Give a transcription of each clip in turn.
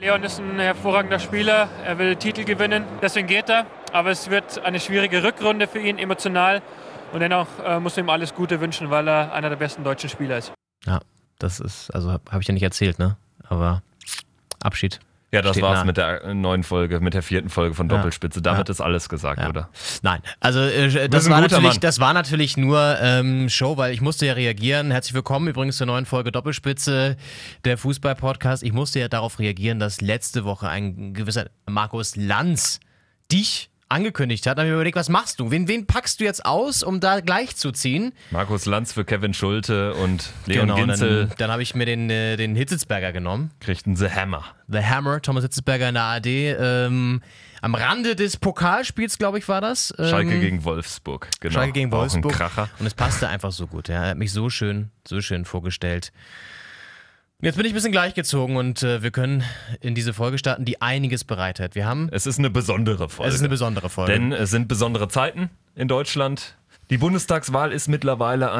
Leon ist ein hervorragender Spieler, er will Titel gewinnen, deswegen geht er. Aber es wird eine schwierige Rückrunde für ihn, emotional. Und dennoch muss ich ihm alles Gute wünschen, weil er einer der besten deutschen Spieler ist. Ja, das ist, also habe ich ja nicht erzählt, ne? Aber Abschied. Ja, das war's mit der neuen Folge, mit der 4. Folge von Doppelspitze. Damit ist alles gesagt, oder? Nein, also das war natürlich nur Show, weil ich musste ja reagieren. Herzlich willkommen übrigens zur neuen Folge Doppelspitze, der Fußball-Podcast. Ich musste ja darauf reagieren, dass letzte Woche ein gewisser Markus Lanz dich angekündigt hat. Da habe ich mir überlegt, was machst du? Wen packst du jetzt aus, um da gleich zu ziehen? Markus Lanz für Kevin Schulte und Leon Ginzel. Dann habe ich mir den Hitzelsberger genommen. Kriegten The Hammer. The Hammer, Thomas Hitzelsberger in der ARD. Am Rande des Pokalspiels, glaube ich, war das. Schalke gegen Wolfsburg. Genau. Schalke gegen Wolfsburg. Auch ein Kracher. Und es passte einfach so gut. Er hat mich so schön vorgestellt. Jetzt bin ich ein bisschen gleichgezogen und wir können in diese Folge starten, die einiges bereitet. Es ist eine besondere Folge. Denn es sind besondere Zeiten in Deutschland. Die Bundestagswahl ist mittlerweile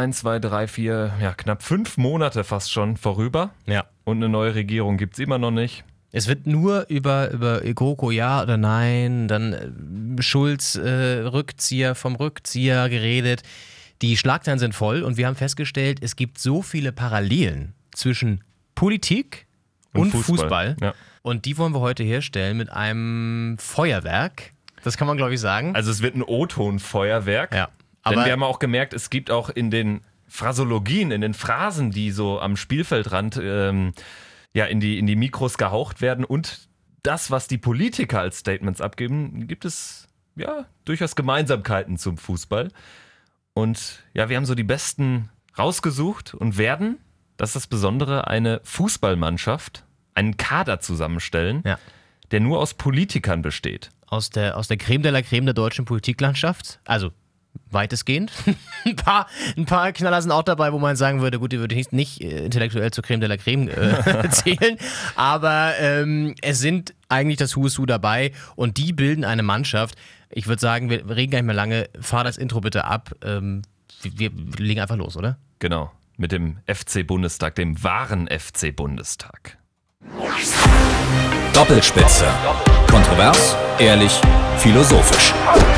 knapp 5 Monate fast schon vorüber. Ja. Und eine neue Regierung gibt es immer noch nicht. Es wird nur über GroKo ja oder nein, dann Schulz Rückzieher vom Rückzieher geredet. Die Schlagzeilen sind voll und wir haben festgestellt, es gibt so viele Parallelen zwischen Politik und Fußball. Ja. Und die wollen wir heute herstellen mit einem Feuerwerk. Das kann man, glaube ich, sagen. Also es wird ein O-Ton-Feuerwerk. Ja. Denn wir haben auch gemerkt, es gibt auch in den Phrasologien, in den Phrasen, die so am Spielfeldrand in die Mikros gehaucht werden und das, was die Politiker als Statements abgeben, gibt es durchaus Gemeinsamkeiten zum Fußball. Und wir haben so die besten rausgesucht und werden, das ist das Besondere, eine Fußballmannschaft, einen Kader zusammenstellen, der nur aus Politikern besteht. Aus der Creme de la Creme der deutschen Politiklandschaft, also weitestgehend. ein paar Knaller sind auch dabei, wo man sagen würde, gut, die würde ich nicht intellektuell zur Creme de la Creme zählen, aber es sind eigentlich das Who is Who dabei und die bilden eine Mannschaft. Ich würde sagen, wir reden gar nicht mehr lange, fahr das Intro bitte ab, wir legen einfach los, oder? Genau. Mit dem FC Bundestag, dem wahren FC Bundestag. Doppelspitze. Kontrovers, ehrlich, philosophisch.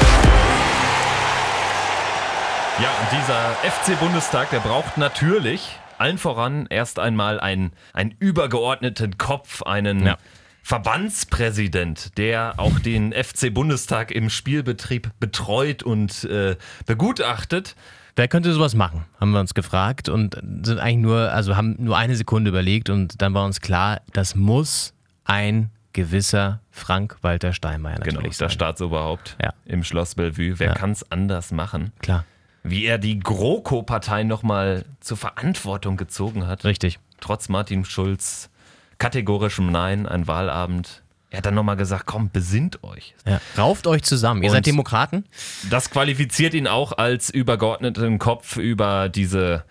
Ja, und dieser FC Bundestag, der braucht natürlich allen voran erst einmal einen übergeordneten Kopf, einen Verbandspräsident, der auch den FC Bundestag im Spielbetrieb betreut und begutachtet. Wer könnte sowas machen, haben wir uns gefragt und sind eigentlich haben nur eine Sekunde überlegt und dann war uns klar, das muss ein gewisser Frank-Walter Steinmeier natürlich sein. Genau, das Staatsoberhaupt im Schloss Bellevue. Wer kann es anders machen? Klar. Wie er die GroKo-Partei nochmal zur Verantwortung gezogen hat. Richtig. Trotz Martin Schulz kategorischem Nein, ein Wahlabend. Er hat dann nochmal gesagt, komm, besinnt euch. Ja. Rauft euch zusammen. Ihr seid Demokraten? Das qualifiziert ihn auch als übergeordneten Kopf über diesen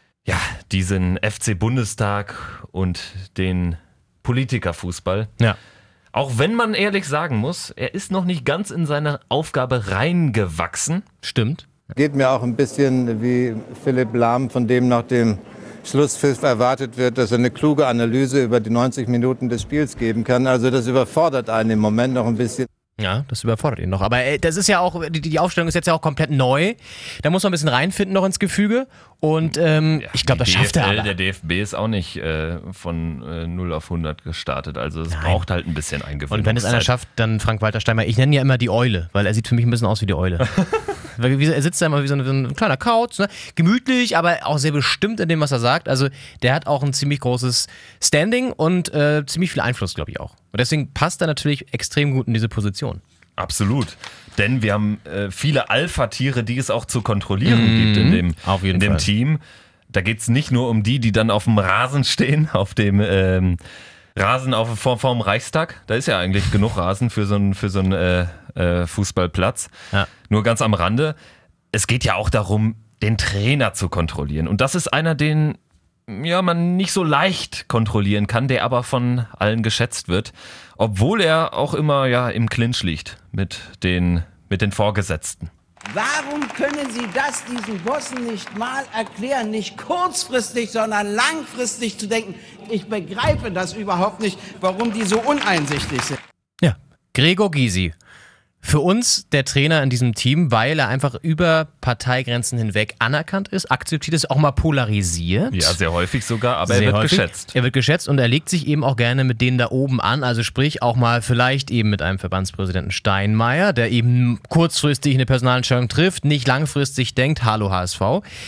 FC Bundestag und den Politikerfußball. Ja. Auch wenn man ehrlich sagen muss, er ist noch nicht ganz in seine Aufgabe reingewachsen. Stimmt. Geht mir auch ein bisschen wie Philipp Lahm, von dem nach dem Schlusspfiff erwartet wird, dass er eine kluge Analyse über die 90 Minuten des Spiels geben kann. Also das überfordert einen im Moment noch ein bisschen. Ja, das überfordert ihn noch. Aber das ist ja auch, die Aufstellung ist jetzt ja auch komplett neu. Da muss man ein bisschen reinfinden noch ins Gefüge. Und ich glaube, das schafft er aber. Der DFB ist auch nicht von 0 auf 100 gestartet. Also es braucht halt ein bisschen Eingewöhnungszeit. Und wenn es einer schafft, dann Frank-Walter Steinmeier. Ich nenne ihn ja immer die Eule, weil er sieht für mich ein bisschen aus wie die Eule. Er sitzt da immer wie so ein kleiner Kauz, ne? Gemütlich, aber auch sehr bestimmt in dem, was er sagt. Also der hat auch ein ziemlich großes Standing und ziemlich viel Einfluss, glaube ich auch. Und deswegen passt er natürlich extrem gut in diese Position. Absolut. Denn wir haben viele Alpha-Tiere, die es auch zu kontrollieren gibt in dem Team. Da geht es nicht nur um die dann auf dem Rasen stehen, auf dem Rasen vorm Reichstag. Da ist ja eigentlich genug Rasen für so einen Fußballplatz. Ja. Nur ganz am Rande. Es geht ja auch darum, den Trainer zu kontrollieren. Und das ist einer, den man nicht so leicht kontrollieren kann, der aber von allen geschätzt wird. Obwohl er auch immer im Clinch liegt mit den Vorgesetzten. Warum können Sie das diesen Bossen nicht mal erklären, nicht kurzfristig, sondern langfristig zu denken? Ich begreife das überhaupt nicht, warum die so uneinsichtig sind. Ja, Gregor Gysi. Für uns der Trainer in diesem Team, weil er einfach über Parteigrenzen hinweg anerkannt ist, akzeptiert ist, auch mal polarisiert. Ja, sehr häufig sogar, aber er wird geschätzt. Er wird geschätzt und er legt sich eben auch gerne mit denen da oben an, also sprich auch mal vielleicht eben mit einem Verbandspräsidenten Steinmeier, der eben kurzfristig eine Personalentscheidung trifft, nicht langfristig denkt, hallo HSV.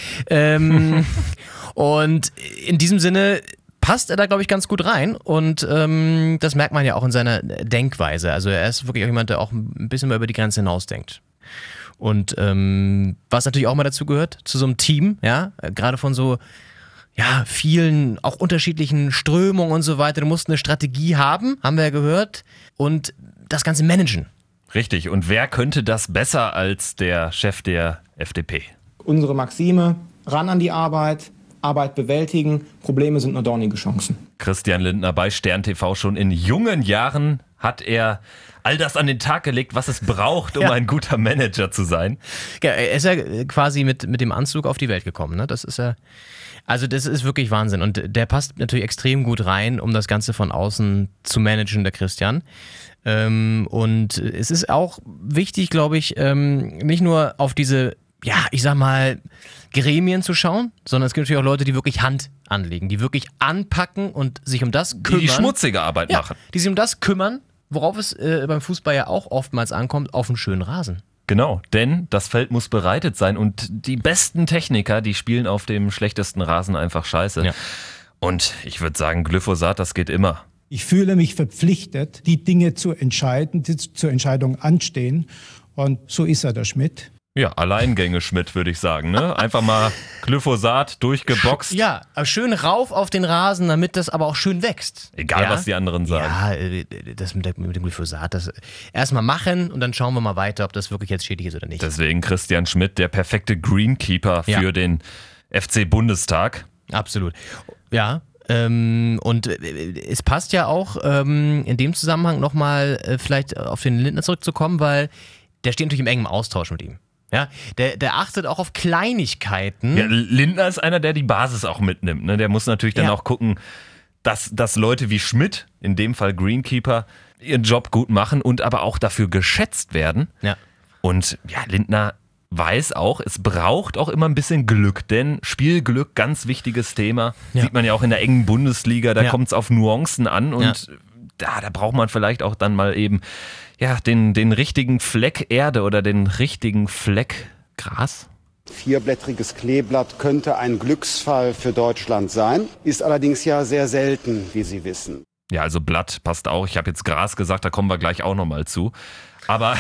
Und in diesem Sinne passt er da, glaube ich, ganz gut rein und das merkt man ja auch in seiner Denkweise. Also er ist wirklich auch jemand, der auch ein bisschen mal über die Grenze hinausdenkt. Und was natürlich auch mal dazu gehört, zu so einem Team, ja, gerade von so vielen, auch unterschiedlichen Strömungen und so weiter. Du musst eine Strategie haben, haben wir ja gehört, und das Ganze managen. Richtig, und wer könnte das besser als der Chef der FDP? Unsere Maxime, ran an die Arbeit bewältigen, Probleme sind nur dornige Chancen. Christian Lindner bei Stern TV. Schon in jungen Jahren hat er all das an den Tag gelegt, was es braucht, um ein guter Manager zu sein. Ja, er ist ja quasi mit dem Anzug auf die Welt gekommen, ne? Das ist ja, also das ist wirklich Wahnsinn und der passt natürlich extrem gut rein, um das Ganze von außen zu managen, der Christian. Und es ist auch wichtig, glaube ich, nicht nur auf diese, ich sag mal, Gremien zu schauen, sondern es gibt natürlich auch Leute, die wirklich Hand anlegen, die wirklich anpacken und sich um das kümmern. Die schmutzige Arbeit machen. Die sich um das kümmern, worauf es beim Fußball ja auch oftmals ankommt, auf einen schönen Rasen. Genau, denn das Feld muss bereitet sein und die besten Techniker, die spielen auf dem schlechtesten Rasen einfach scheiße. Ja. Und ich würde sagen, Glyphosat, das geht immer. Ich fühle mich verpflichtet, die Dinge zu entscheiden, die zur Entscheidung anstehen. Und so ist er, der Schmidt. Ja, Alleingänge Schmidt, würde ich sagen. Ne? Einfach mal Glyphosat durchgeboxt. Ja, schön rauf auf den Rasen, damit das aber auch schön wächst. Egal, was die anderen sagen. Ja, das mit dem Glyphosat, das erstmal machen und dann schauen wir mal weiter, ob das wirklich jetzt schädlich ist oder nicht. Deswegen Christian Schmidt, der perfekte Greenkeeper für den FC Bundestag. Absolut. Ja, und es passt ja auch in dem Zusammenhang nochmal vielleicht auf den Lindner zurückzukommen, weil der steht natürlich im engen Austausch mit ihm. Ja, der achtet auch auf Kleinigkeiten. Ja, Lindner ist einer, der die Basis auch mitnimmt. Ne? Der muss natürlich dann auch gucken, dass Leute wie Schmidt, in dem Fall Greenkeeper, ihren Job gut machen und aber auch dafür geschätzt werden. Ja. Und Lindner weiß auch, es braucht auch immer ein bisschen Glück, denn Spielglück, ganz wichtiges Thema. Ja. Sieht man ja auch in der engen Bundesliga, da kommt es auf Nuancen an und da braucht man vielleicht auch dann mal eben den richtigen Fleck Erde oder den richtigen Fleck Gras. Vierblättriges Kleeblatt könnte ein Glücksfall für Deutschland sein, ist allerdings ja sehr selten, wie Sie wissen. Ja, also Blatt passt auch. Ich habe jetzt Gras gesagt, da kommen wir gleich auch nochmal zu. Aber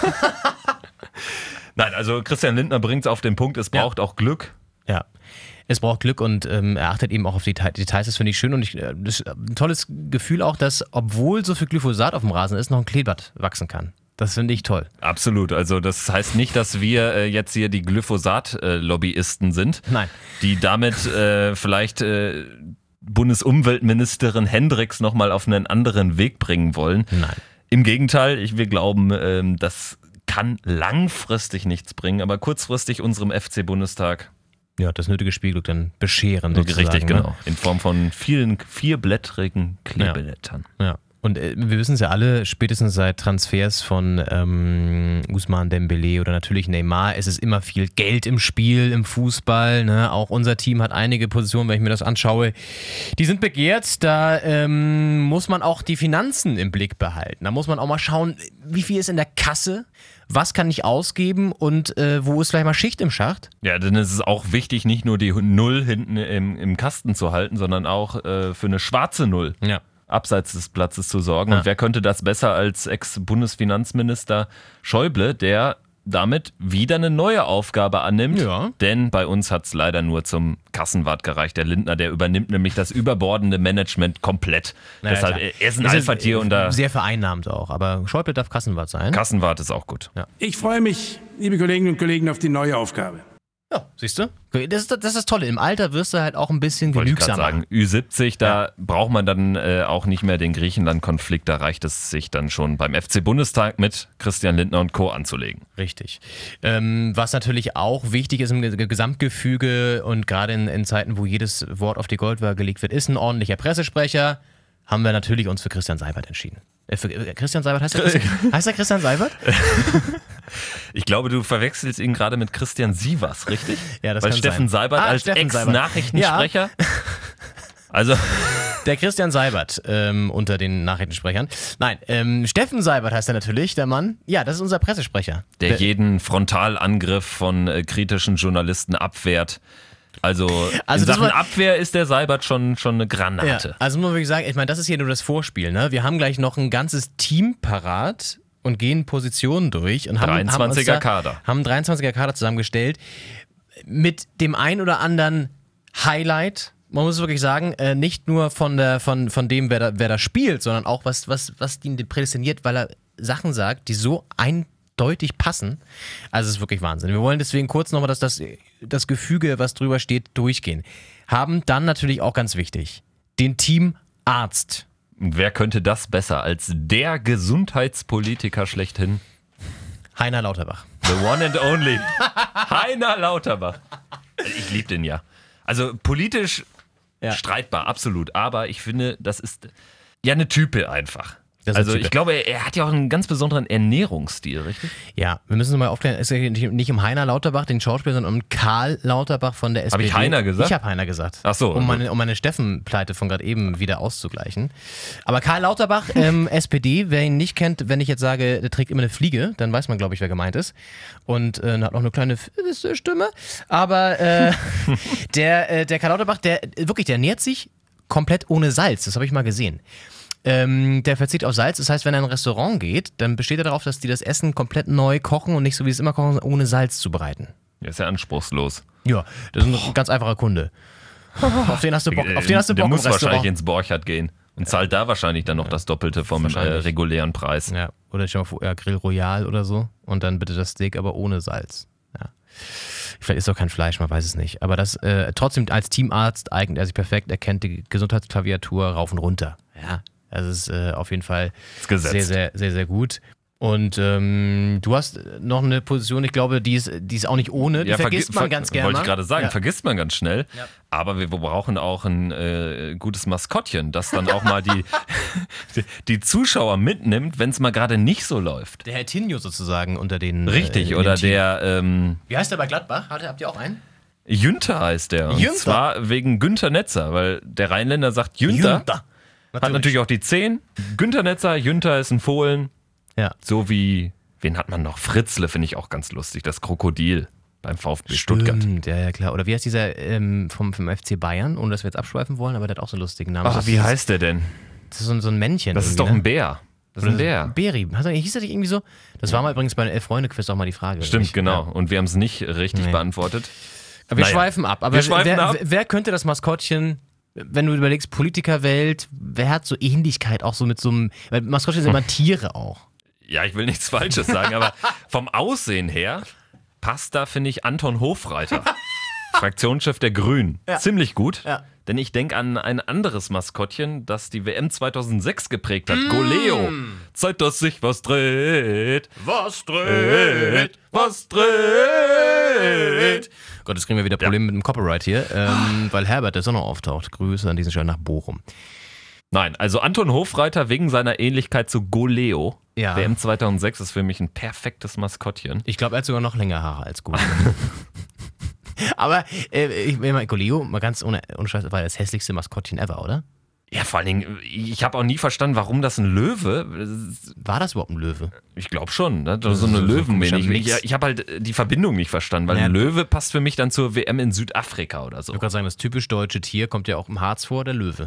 nein, also Christian Lindner bringt es auf den Punkt, es braucht auch Glück. Ja. Es braucht Glück und er achtet eben auch auf die Details, das finde ich schön und das ist ein tolles Gefühl auch, dass obwohl so viel Glyphosat auf dem Rasen ist, noch ein Kleeblatt wachsen kann. Das finde ich toll. Absolut, also das heißt nicht, dass wir jetzt hier die Glyphosat-Lobbyisten sind, Nein. Die damit vielleicht Bundesumweltministerin Hendricks nochmal auf einen anderen Weg bringen wollen. Nein. Im Gegenteil, wir glauben, das kann langfristig nichts bringen, aber kurzfristig unserem FC-Bundestag das nötige Spielglück dann bescheren. Richtig, genau. Ne? In Form von vielen vierblättrigen Kleeblättern. Ja. Und wir wissen es ja alle, spätestens seit Transfers von Ousmane Dembélé oder natürlich Neymar, es ist immer viel Geld im Spiel, im Fußball. Ne? Auch unser Team hat einige Positionen, wenn ich mir das anschaue, die sind begehrt. Da muss man auch die Finanzen im Blick behalten. Da muss man auch mal schauen, wie viel ist in der Kasse, was kann ich ausgeben und wo ist vielleicht mal Schicht im Schacht. Ja, denn es ist auch wichtig, nicht nur die Null hinten im Kasten zu halten, sondern auch für eine schwarze Null. Ja. Abseits des Platzes zu sorgen. Und wer könnte das besser als Ex-Bundesfinanzminister Schäuble, der damit wieder eine neue Aufgabe annimmt. Ja. Denn bei uns hat es leider nur zum Kassenwart gereicht. Der Lindner, der übernimmt nämlich das überbordende Management komplett. Naja, deshalb, er ist ein Alpha-Tier und da. Sehr vereinnahmt auch, aber Schäuble darf Kassenwart sein. Kassenwart ist auch gut. Ja. Ich freue mich, liebe Kolleginnen und Kollegen, auf die neue Aufgabe. Ja, siehst du? Das ist das Tolle. Im Alter wirst du halt auch ein bisschen Wollte ich gerade genügsamer. sagen, Ü70, da braucht man dann auch nicht mehr den Griechenland-Konflikt. Da reicht es sich dann schon beim FC Bundestag mit Christian Lindner und Co. anzulegen. Richtig. Was natürlich auch wichtig ist im Gesamtgefüge und gerade in Zeiten, wo jedes Wort auf die Goldwaage gelegt wird, ist ein ordentlicher Pressesprecher. Haben wir natürlich uns für Christian Seibert entschieden. Für Christian Seibert heißt er Christian Seibert? Ich glaube, du verwechselst ihn gerade mit Christian Sievers, richtig? Ja, das Weil kann Steffen sein. Seibert als Steffen Seibert. Ex-Nachrichtensprecher. Ja. Also der Christian Seibert unter den Nachrichtensprechern. Nein, Steffen Seibert heißt er natürlich, der Mann. Ja, das ist unser Pressesprecher. Der jeden Frontalangriff von kritischen Journalisten abwehrt. Also in Sachen Abwehr ist der Seibert schon eine Granate. Ja, also muss man wirklich sagen, ich meine, das ist hier nur das Vorspiel. Ne? Wir haben gleich noch ein ganzes Team parat und gehen Positionen durch und haben 23er Kader. Haben 23er Kader zusammengestellt mit dem ein oder anderen Highlight. Man muss wirklich sagen, nicht nur von dem, wer da spielt, sondern auch was ihn prädestiniert, weil er Sachen sagt, die so eindeutig passen. Also es ist wirklich Wahnsinn. Wir wollen deswegen kurz nochmal das Gefüge, was drüber steht, durchgehen. Haben dann natürlich auch ganz wichtig den Teamarzt. Wer könnte das besser als der Gesundheitspolitiker schlechthin? Heiner Lauterbach. The one and only. Heiner Lauterbach. Ich liebe den ja. Also politisch streitbar, absolut. Aber ich finde, das ist ja eine Type einfach. Also ich glaube, er hat ja auch einen ganz besonderen Ernährungsstil, richtig? Ja, wir müssen mal aufklären, es ist ja nicht um Heiner Lauterbach, den Schauspieler, sondern um Karl Lauterbach von der SPD. Habe ich Heiner gesagt? Ich habe Heiner gesagt. Ach so. Um meine Steffen-Pleite von gerade eben wieder auszugleichen. Aber Karl Lauterbach, SPD, wer ihn nicht kennt, wenn ich jetzt sage, der trägt immer eine Fliege, dann weiß man, glaube ich, wer gemeint ist. Und hat auch eine kleine Stimme. Aber der Karl Lauterbach, der ernährt sich komplett ohne Salz. Das habe ich mal gesehen. Der verzichtet auf Salz. Das heißt, wenn er in ein Restaurant geht, dann besteht er darauf, dass die das Essen komplett neu kochen und nicht so wie es immer kochen, ohne Salz zubereiten. Ja, ist ja anspruchslos. Ja, das ist ein ganz einfacher Kunde. Auf den hast du Bock. Der muss wahrscheinlich ins Borchardt gehen und zahlt da wahrscheinlich dann noch das Doppelte vom regulären Preis. Ja, oder schon mal Grill Royal oder so und dann bitte das Steak, aber ohne Salz. Ja. Vielleicht ist doch kein Fleisch, man weiß es nicht. Aber das trotzdem als Teamarzt eignet er sich perfekt. Er kennt die Gesundheitsklaviatur rauf und runter. Ja. Das ist auf jeden Fall sehr, sehr, sehr, sehr gut. Und du hast noch eine Position, ich glaube, die ist auch nicht ohne. Die vergisst man ganz gerne. Wollte ich gerade sagen, vergisst man ganz schnell. Ja. Aber wir brauchen auch ein gutes Maskottchen, das dann auch mal die Zuschauer mitnimmt, wenn es mal gerade nicht so läuft. Der Herr Tinio sozusagen unter den Richtig, oder der... Wie heißt der bei Gladbach? Habt ihr auch einen? Jünter heißt der. Und zwar wegen Günther Netzer, weil der Rheinländer sagt Jünter. Hat natürlich auch die 10. Günther Netzer, Jünter ist ein Fohlen. Ja. So wie, wen hat man noch? Fritzle finde ich auch ganz lustig, das Krokodil beim VfB Stuttgart. Ja, klar. Oder wie heißt dieser vom FC Bayern, ohne dass wir jetzt abschweifen wollen, aber der hat auch so einen lustigen Namen. Ach, wie heißt der denn? Das ist so ein Männchen. Das ist doch ein Bär. Das ist ein Bär. Beri. Hieß er nicht irgendwie so? Das war mal übrigens bei den 11-Freunde-Quiz auch mal die Frage. Stimmt, genau. Ja. Und wir haben es nicht richtig beantwortet. Aber wir schweifen ab. Aber wer könnte das Maskottchen... Wenn du überlegst, Politikerwelt, wer hat so Ähnlichkeit auch so mit so einem, weil Maskottchen sind immer Tiere auch. Ja, ich will nichts Falsches sagen, aber vom Aussehen her passt da, finde ich, Anton Hofreiter, Fraktionschef der Grünen. Ja. Ziemlich gut, denn ich denke an ein anderes Maskottchen, das die WM 2006 geprägt hat, Goleo. Zeit, dass sich was dreht. Was dreht? Was dreht? Gott, jetzt kriegen wir wieder Probleme mit dem Copyright hier, weil Herbert der Sonne auftaucht. Grüße an diesen Stelle nach Bochum. Nein, also Anton Hofreiter wegen seiner Ähnlichkeit zu Goleo. Ja. WM 2006 ist für mich ein perfektes Maskottchen. Ich glaube, er hat sogar noch länger Haare als Goleo. Aber ich meine, Goleo, mal ganz ohne Scheiß, war das hässlichste Maskottchen ever, oder? Ja, vor allen Dingen, ich habe auch nie verstanden, warum das ein Löwe... War das überhaupt ein Löwe? Ich glaube schon, ne? So eine Löwenmähne. Ich habe halt die Verbindung nicht verstanden, weil ein Löwe passt für mich dann zur WM in Südafrika oder so. Ich würde gerade sagen, das typisch deutsche Tier kommt ja auch im Harz vor, der Löwe.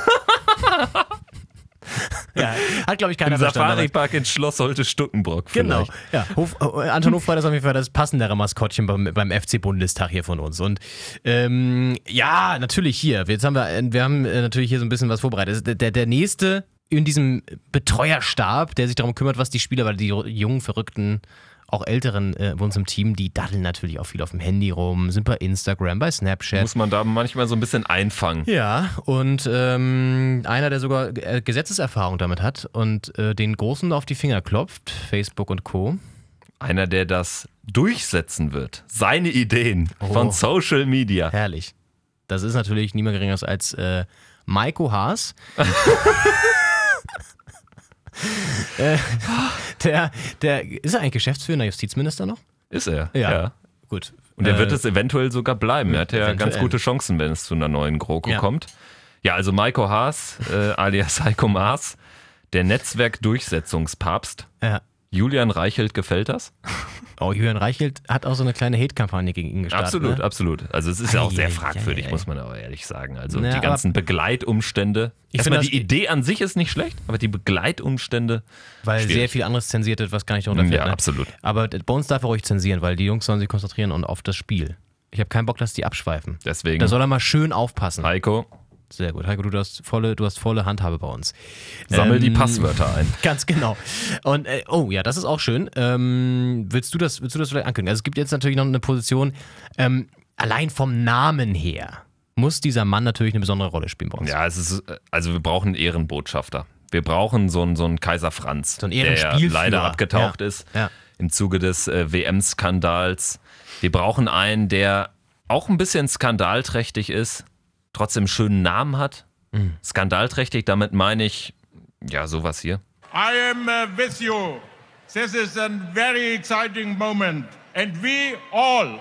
Ja, hat, glaube ich, keiner verstanden. Im Safari-Park in Schloss Holte-Stuckenbrock vielleicht. Genau, ja. Anton Hofreiter ist auf jeden Fall das passendere Maskottchen beim FC-Bundestag hier von uns. Und ja, natürlich hier. Wir haben natürlich hier so ein bisschen was vorbereitet. Der nächste in diesem Betreuerstab, der sich darum kümmert, was die Spieler, weil die jungen, verrückten, auch Älteren bei uns im Team, die daddeln natürlich auch viel auf dem Handy rum, sind bei Instagram, bei Snapchat. Muss man da manchmal so ein bisschen einfangen. Ja, und einer, der sogar Gesetzeserfahrung damit hat und den Großen auf die Finger klopft, Facebook und Co. Einer, der das durchsetzen wird. Seine Ideen von Social Media. Herrlich. Das ist natürlich niemand Geringeres als Maiko Haas. Der ist er eigentlich geschäftsführender Justizminister noch? Ist er, ja. Gut. Und er wird es eventuell sogar bleiben. Er hat ja eventuell. ganz gute Chancen, wenn es zu einer neuen GroKo kommt. Ja, also Maiko Haas, alias Heiko Maas, der Netzwerkdurchsetzungspapst. Ja. Julian Reichelt, gefällt das? Oh, Julian Reichelt hat auch so eine kleine Hate-Kampagne gegen ihn gestartet. Absolut, ne? absolut. Also es ist ja auch sehr fragwürdig, muss man aber ehrlich sagen. Also Ja, die ganzen Begleitumstände. Erstmal die Idee an sich ist nicht schlecht, aber die Begleitumstände weil schwierig. sehr viel anderes zensiert wird, was gar nicht darunter fällt. Ja, ne? absolut. Aber bei uns darf er ruhig zensieren, weil die Jungs sollen sich konzentrieren und auf das Spiel. Ich habe keinen Bock, dass die abschweifen. Deswegen. Da soll er mal schön aufpassen. Heiko. Sehr gut. Heiko, du hast volle Handhabe bei uns. Sammel die Passwörter ein. Ganz genau. Und oh ja, das ist auch schön. Willst du das vielleicht ankündigen? Also es gibt jetzt natürlich noch eine Position, allein vom Namen her muss dieser Mann natürlich eine besondere Rolle spielen bei uns. Ja, also wir brauchen einen Ehrenbotschafter. Wir brauchen so einen Kaiser Franz, so einen der leider abgetaucht ist im Zuge des WM-Skandals. Wir brauchen einen, der auch ein bisschen skandalträchtig ist, trotzdem einen schönen Namen hat. Skandalträchtig, damit meine ich, ja, sowas hier. I am with you. This is a very exciting moment. And we all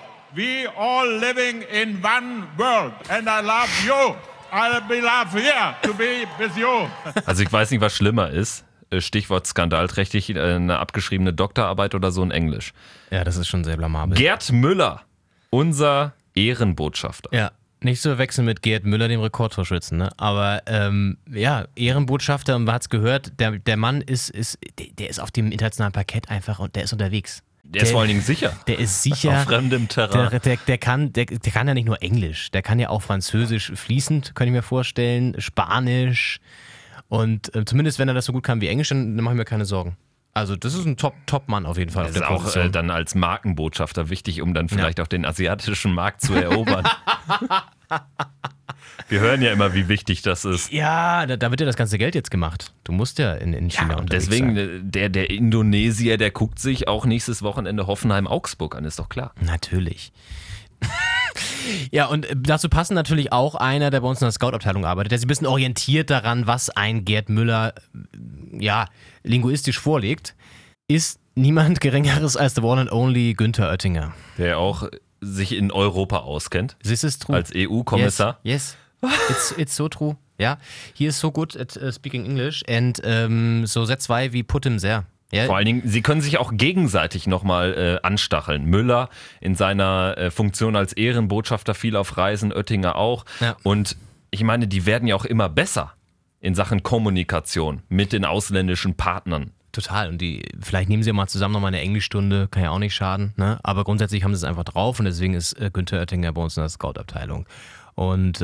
living in one world. And I love you. I'll be love here to be with you. Also ich weiß nicht, was schlimmer ist. Stichwort skandalträchtig, eine abgeschriebene Doktorarbeit oder so in Englisch. Ja, das ist schon sehr blamabel. Gerd Müller, unser Ehrenbotschafter. Ja. Nicht zu verwechseln mit Gerd Müller, dem Rekordtorschützen, ne? Aber ja, Ehrenbotschafter, und man hat es gehört, der Mann ist auf dem internationalen Parkett einfach und der ist unterwegs. Der ist vor allen Dingen sicher. Der ist sicher. Auf fremdem Terrain. Der kann ja nicht nur Englisch, der kann ja auch Französisch fließend, kann ich mir vorstellen, Spanisch und zumindest wenn er das so gut kann wie Englisch, dann mache ich mir keine Sorgen. Also das ist ein Top-Mann auf jeden Fall. Das ist auch dann als Markenbotschafter wichtig, um dann vielleicht auch den asiatischen Markt zu erobern. Wir hören ja immer, wie wichtig das ist. Ja, da wird ja das ganze Geld jetzt gemacht. Du musst ja in China unterwegs deswegen, sein. Der Indonesier, der guckt sich auch nächstes Wochenende Hoffenheim-Augsburg an, ist doch klar. Natürlich. Ja, und dazu passen natürlich auch einer, der bei uns in der Scout-Abteilung arbeitet, der sich ein bisschen orientiert daran, was ein Gerd Müller linguistisch vorlegt, ist niemand Geringeres als the one and only Günther Oettinger. Der auch sich in Europa auskennt. This is true. Als EU-Kommissar. Yes. It's so true. Ja, he is so good at speaking English and so Sätze wie put him there. Ja. Vor allen Dingen, sie können sich auch gegenseitig nochmal anstacheln. Müller in seiner Funktion als Ehrenbotschafter viel auf Reisen, Oettinger auch. Ja. Und ich meine, die werden ja auch immer besser in Sachen Kommunikation mit den ausländischen Partnern. Total. Und vielleicht nehmen sie ja mal zusammen nochmal eine Englischstunde, kann ja auch nicht schaden. Ne? Aber grundsätzlich haben sie es einfach drauf und deswegen ist Günther Oettinger bei uns in der Scout-Abteilung. Und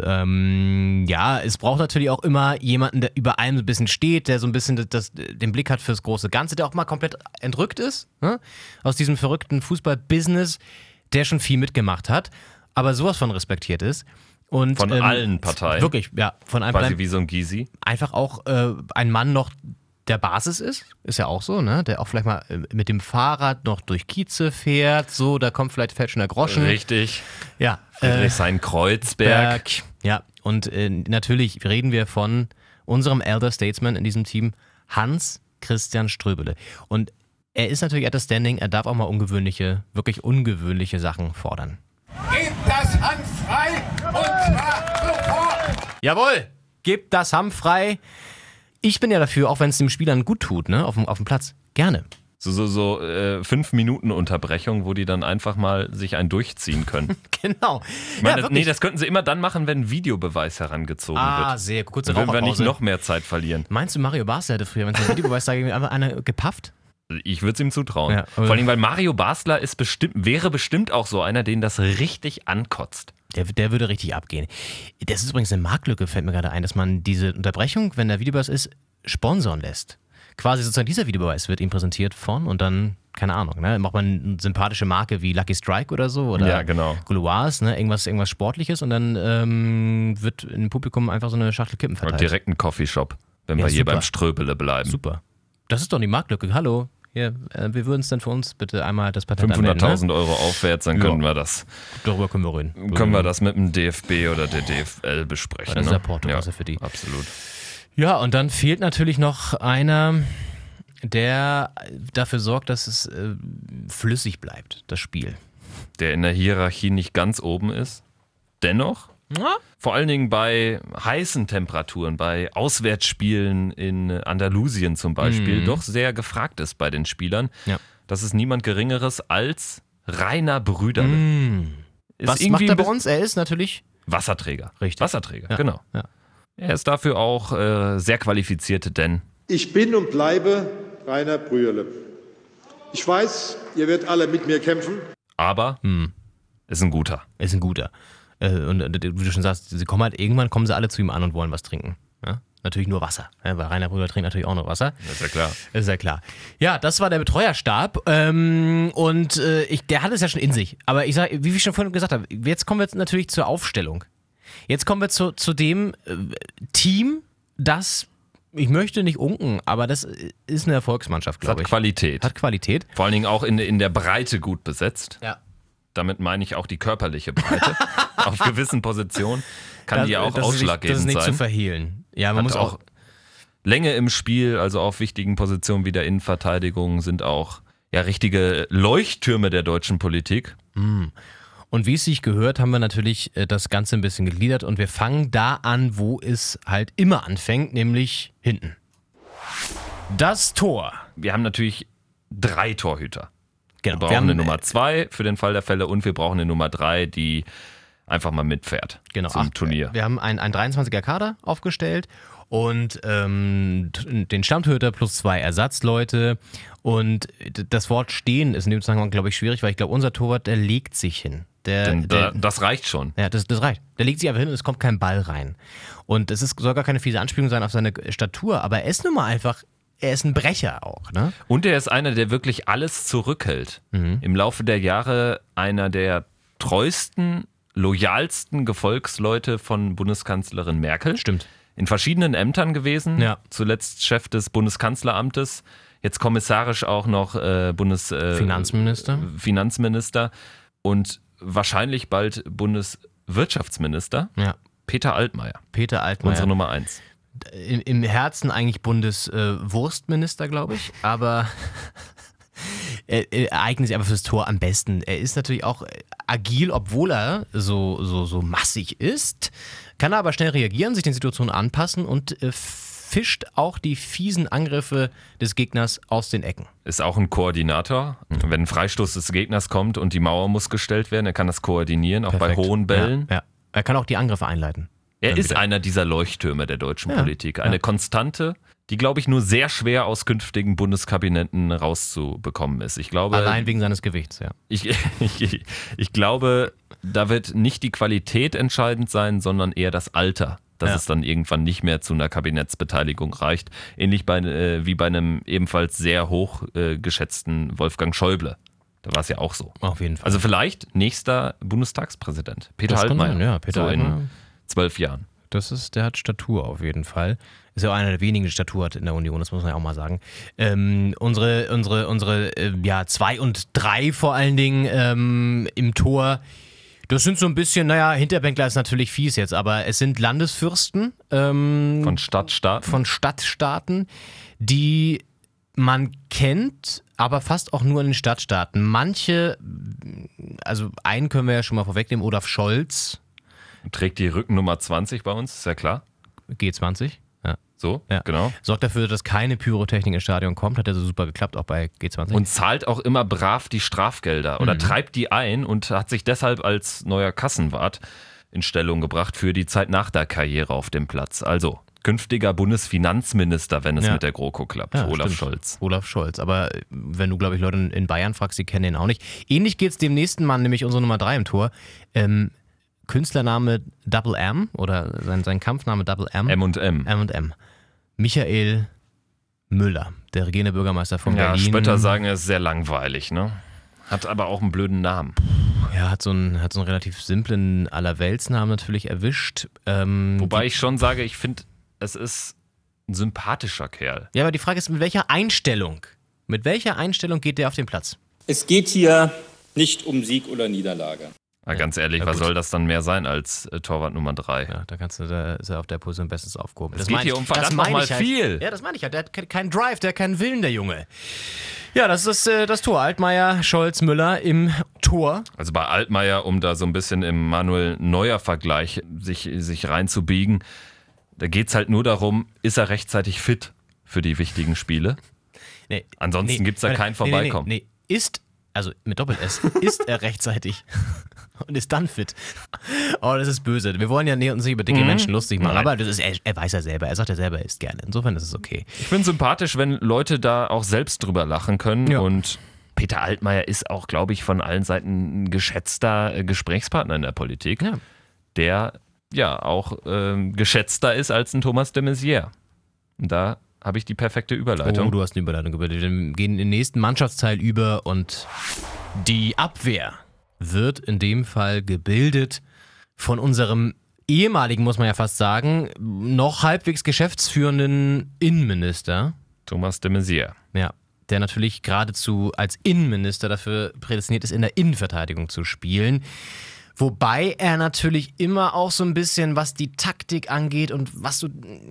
es braucht natürlich auch immer jemanden, der über allem so ein bisschen steht, der so ein bisschen den Blick hat fürs große Ganze, der auch mal komplett entrückt ist, ne? Aus diesem verrückten Fußball-Business, der schon viel mitgemacht hat, aber sowas von respektiert ist. Und, von allen Parteien. Wirklich, ja. Von allen Quasi Parteien. wie so ein Gysi. Einfach auch ein Mann noch der Basis ist ja auch so, ne? Der auch vielleicht mal mit dem Fahrrad noch durch Kieze fährt, so, da fällt schon der Groschen. Richtig. Ja. Friedrichshain-Kreuzberg. Ja, und natürlich reden wir von unserem Elder Statesman in diesem Team, Hans-Christian Ströbele. Und er ist natürlich at the standing, er darf auch mal wirklich ungewöhnliche Sachen fordern. Gebt das Hanf frei und zwar sofort! Jawohl, gebt das Hanf frei. Ich bin ja dafür, auch wenn es den Spielern gut tut, ne, auf dem Platz, gerne. So 5 Minuten Unterbrechung, wo die dann einfach mal sich einen durchziehen können. Genau. Ich meine, das könnten sie immer dann machen, wenn ein Videobeweis herangezogen wird. Ah, sehr gut. Dann würden wir nicht noch mehr Zeit verlieren. Meinst du, Mario Basler hätte früher, wenn es ein Videobeweis da einfach einer gepafft? Ich würde es ihm zutrauen. Ja, vor allem, weil Mario Basler wäre bestimmt auch so einer, den das richtig ankotzt. Der würde richtig abgehen. Das ist übrigens eine Marktlücke, fällt mir gerade ein, dass man diese Unterbrechung, wenn der Videobeweis ist, sponsern lässt. Quasi sozusagen dieser Videobeweis wird ihm präsentiert von und dann, keine Ahnung, ne, macht man eine sympathische Marke wie Lucky Strike oder so oder Gauloise, ne, irgendwas Sportliches und dann wird im Publikum einfach so eine Schachtel Kippen verteilt. Und direkt ein Coffeeshop, wenn wir hier beim Ströbele bleiben. Super. Das ist doch die Marktlücke. Hallo, hier, wir würden es dann für uns bitte einmal das Patent 500.000 Euro aufwärts, dann können wir das. Darüber können wir reden. Können wir das mit dem DFB oder der DFL besprechen. Das ist ja Porto für die. Absolut. Ja, und dann fehlt natürlich noch einer, der dafür sorgt, dass es flüssig bleibt, das Spiel. Der in der Hierarchie nicht ganz oben ist. Dennoch, vor allen Dingen bei heißen Temperaturen, bei Auswärtsspielen in Andalusien zum Beispiel, doch sehr gefragt ist bei den Spielern. Ja. Das ist niemand Geringeres als Rainer Brüderle. Was macht er bei uns? Er ist natürlich Wasserträger. Richtig. Wasserträger, ja. Genau. Ja. Er ist dafür auch sehr qualifiziert, denn ich bin und bleibe Rainer Brüderle. Ich weiß, ihr werdet alle mit mir kämpfen. Aber ist ein guter. Ist ein guter. Und wie du schon sagst, irgendwann kommen sie alle zu ihm an und wollen was trinken. Ja? Natürlich nur Wasser, weil Rainer Brüderle trinkt natürlich auch nur Wasser. Das ist ja klar. Das ist ja klar. Ja, das war der Betreuerstab und der hat es ja schon in sich. Aber ich sage, wie ich schon vorhin gesagt habe, jetzt kommen wir jetzt natürlich zur Aufstellung. Jetzt kommen wir zu dem Team, das, ich möchte nicht unken, aber das ist eine Erfolgsmannschaft, glaube ich. Hat Qualität. Vor allen Dingen auch in der Breite gut besetzt. Ja. Damit meine ich auch die körperliche Breite. Auf gewissen Positionen kann die auch ausschlaggebend sein. Das ist nicht zu verhehlen. Ja, man muss auch Länge im Spiel, also auf wichtigen Positionen wie der Innenverteidigung, sind auch richtige Leuchttürme der deutschen Politik. Und wie es sich gehört, haben wir natürlich das Ganze ein bisschen gegliedert und wir fangen da an, wo es halt immer anfängt, nämlich hinten. Das Tor. Wir haben natürlich 3 Torhüter. Genau. Wir brauchen eine Nummer 2 für den Fall der Fälle und wir brauchen eine Nummer 3, die einfach mal mitfährt zum Turnier. Wir haben einen 23er Kader aufgestellt und den Stammtorhüter plus 2 Ersatzleute. Und das Wort stehen ist in dem Zusammenhang, glaube ich, schwierig, weil ich glaube, unser Torwart, der legt sich hin. Das reicht schon. Ja, das reicht. Der legt sich einfach hin und es kommt kein Ball rein. Und es soll gar keine fiese Anspielung sein auf seine Statur, aber er ist nun mal einfach, er ist ein Brecher auch. Ne? Und er ist einer, der wirklich alles zurückhält. Im Laufe der Jahre einer der treuesten, loyalsten Gefolgsleute von Bundeskanzlerin Merkel. Stimmt. In verschiedenen Ämtern gewesen. Ja. Zuletzt Chef des Bundeskanzleramtes. Jetzt kommissarisch auch noch Finanzminister und wahrscheinlich bald Bundeswirtschaftsminister. Ja. Peter Altmaier. Unsere Nummer 1. Im Herzen eigentlich Bundeswurstminister, glaube ich, aber er eignet sich einfach fürs Tor am besten. Er ist natürlich auch agil, obwohl er so massig ist, kann er aber schnell reagieren, sich den Situationen anpassen und fischt auch die fiesen Angriffe des Gegners aus den Ecken. Ist auch ein Koordinator. Wenn ein Freistoß des Gegners kommt und die Mauer muss gestellt werden, er kann das koordinieren, auch Perfekt. bei hohen Bällen. Ja. Er kann auch die Angriffe einleiten. Er ist einer dieser Leuchttürme der deutschen Politik. Eine Konstante, die, glaube ich, nur sehr schwer aus künftigen Bundeskabinetten rauszubekommen ist. Ich glaube, allein wegen seines Gewichts, ja. Ich glaube, da wird nicht die Qualität entscheidend sein, sondern eher das Alter, dass es dann irgendwann nicht mehr zu einer Kabinettsbeteiligung reicht. Ähnlich wie bei einem ebenfalls sehr hoch geschätzten Wolfgang Schäuble. Da war es ja auch so. Auf jeden Fall. Also vielleicht nächster Bundestagspräsident. Peter Altmaier. Peter Altmaier. In 12 Jahren. Der hat Statur auf jeden Fall. Ist ja auch einer der wenigen, die Statur hat in der Union, das muss man ja auch mal sagen. Unsere 2 und 3 vor allen Dingen im Tor, das sind so ein bisschen, Hinterbänkler ist natürlich fies jetzt, aber es sind Landesfürsten. Von Stadtstaaten, die man kennt, aber fast auch nur in den Stadtstaaten. Manche, also einen können wir ja schon mal vorwegnehmen, Olaf Scholz. Trägt die Rückennummer 20 bei uns, ist ja klar. G20, ja. So, genau. Sorgt dafür, dass keine Pyrotechnik ins Stadion kommt. Hat ja so super geklappt, auch bei G20. Und zahlt auch immer brav die Strafgelder oder treibt die ein und hat sich deshalb als neuer Kassenwart in Stellung gebracht für die Zeit nach der Karriere auf dem Platz. Also künftiger Bundesfinanzminister, wenn es mit der GroKo klappt, Olaf Scholz. Olaf Scholz, aber wenn du, glaube ich, Leute in Bayern fragst, die kennen den auch nicht. Ähnlich geht es dem nächsten Mann, nämlich unsere Nummer 3 im Tor. Künstlername Double M oder sein Kampfname Double M. M&M. M&M. Michael Müller, der regierende Bürgermeister von Berlin. Ja, Spötter sagen, er ist sehr langweilig, ne? Hat aber auch einen blöden Namen. Ja, hat so einen relativ simplen Allerweltsnamen natürlich erwischt. Wobei ich schon sage, ich finde, es ist ein sympathischer Kerl. Ja, aber die Frage ist, mit welcher Einstellung? Mit welcher Einstellung geht der auf den Platz? Es geht hier nicht um Sieg oder Niederlage. Na, ganz ehrlich, was soll das dann mehr sein als Torwart Nummer 3? Ja, da ist er auf der Position bestens aufgehoben. Es geht hier um verdammt nochmal viel. Ja, das meine ich halt. Der hat keinen Drive, der hat keinen Willen, der Junge. Ja, das ist das Tor. Altmaier, Scholz, Müller im Tor. Also bei Altmaier, um da so ein bisschen im Manuel-Neuer-Vergleich sich reinzubiegen, da geht es halt nur darum, ist er rechtzeitig fit für die wichtigen Spiele? Nee, Ansonsten gibt es da kein Vorbeikommen. Nee, also mit Doppel-S, ist er rechtzeitig und ist dann fit. Oh, das ist böse. Wir wollen ja uns nicht über dicke Menschen lustig machen, aber das ist, er weiß ja selber. Er sagt ja selber, er isst gerne. Insofern ist es okay. Ich finde es sympathisch, wenn Leute da auch selbst drüber lachen können. Ja. Und Peter Altmaier ist auch, glaube ich, von allen Seiten ein geschätzter Gesprächspartner in der Politik, der ja auch geschätzter ist als ein Thomas de Maizière. Und da habe ich die perfekte Überleitung. Oh, du hast eine Überleitung gebildet. Wir gehen in den nächsten Mannschaftsteil über und die Abwehr wird in dem Fall gebildet von unserem ehemaligen, muss man ja fast sagen, noch halbwegs geschäftsführenden Innenminister. Thomas de Maizière. Ja, der natürlich geradezu als Innenminister dafür prädestiniert ist, in der Innenverteidigung zu spielen. Wobei er natürlich immer auch so ein bisschen, was die Taktik angeht und was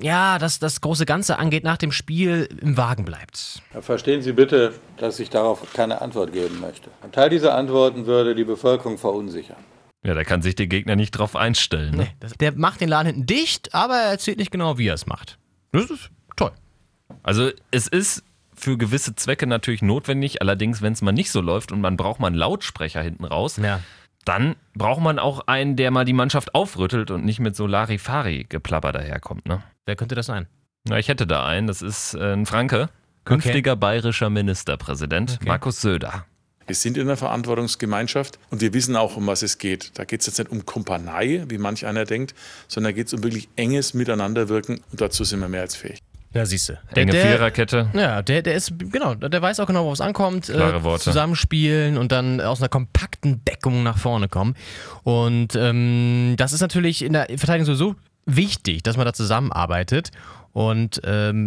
das große Ganze angeht, nach dem Spiel im Wagen bleibt. Verstehen Sie bitte, dass ich darauf keine Antwort geben möchte. Ein Teil dieser Antworten würde die Bevölkerung verunsichern. Ja, da kann sich der Gegner nicht drauf einstellen. Ne? Nee, der macht den Laden hinten dicht, aber er erzählt nicht genau, wie er es macht. Das ist toll. Also es ist für gewisse Zwecke natürlich notwendig, allerdings, wenn es mal nicht so läuft und man braucht mal einen Lautsprecher hinten raus, dann braucht man auch einen, der mal die Mannschaft aufrüttelt und nicht mit so Larifari-Geplapper daherkommt. Ne? Wer könnte das sein? Na, ich hätte da einen, das ist ein Franke, künftiger bayerischer Ministerpräsident, Markus Söder. Wir sind in einer Verantwortungsgemeinschaft und wir wissen auch, um was es geht. Da geht es jetzt nicht um Kumpanei, wie manch einer denkt, sondern da geht es um wirklich enges Miteinanderwirken und dazu sind wir mehr als fähig. Ja, siehst du. Enge Viererkette. Ja, der ist, genau, der weiß auch genau, worauf es ankommt. Klare Worte. Zusammenspielen und dann aus einer kompakten Deckung nach vorne kommen. Und das ist natürlich in der Verteidigung sowieso wichtig, dass man da zusammenarbeitet. Und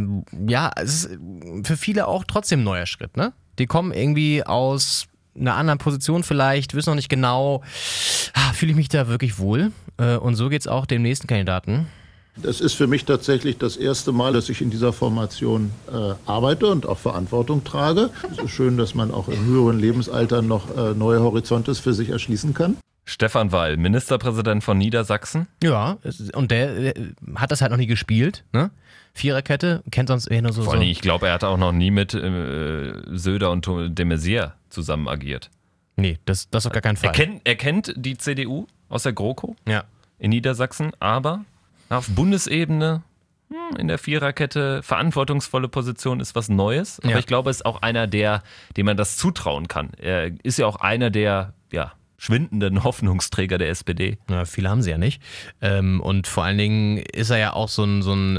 es ist für viele auch trotzdem ein neuer Schritt, ne? Die kommen irgendwie aus einer anderen Position vielleicht, wissen noch nicht genau, fühle ich mich da wirklich wohl? Und so geht es auch dem nächsten Kandidaten. Es ist für mich tatsächlich das erste Mal, dass ich in dieser Formation arbeite und auch Verantwortung trage. Es ist schön, dass man auch im höheren Lebensalter noch neue Horizonte für sich erschließen kann. Stefan Weil, Ministerpräsident von Niedersachsen. Ja, und der hat das halt noch nie gespielt, ne? Viererkette, kennt sonst eher nur so. Vor allem, ich glaube, er hat auch noch nie mit Söder und de Maizière zusammen agiert. Nee, das auf gar keinen Fall. Er kennt die CDU aus der GroKo in Niedersachsen, aber auf Bundesebene in der Viererkette verantwortungsvolle Position ist was Neues. Aber ich glaube, er ist auch einer, dem man das zutrauen kann. Er ist ja auch einer der schwindenden Hoffnungsträger der SPD. Ja, viele haben sie ja nicht. Und vor allen Dingen ist er ja auch so ein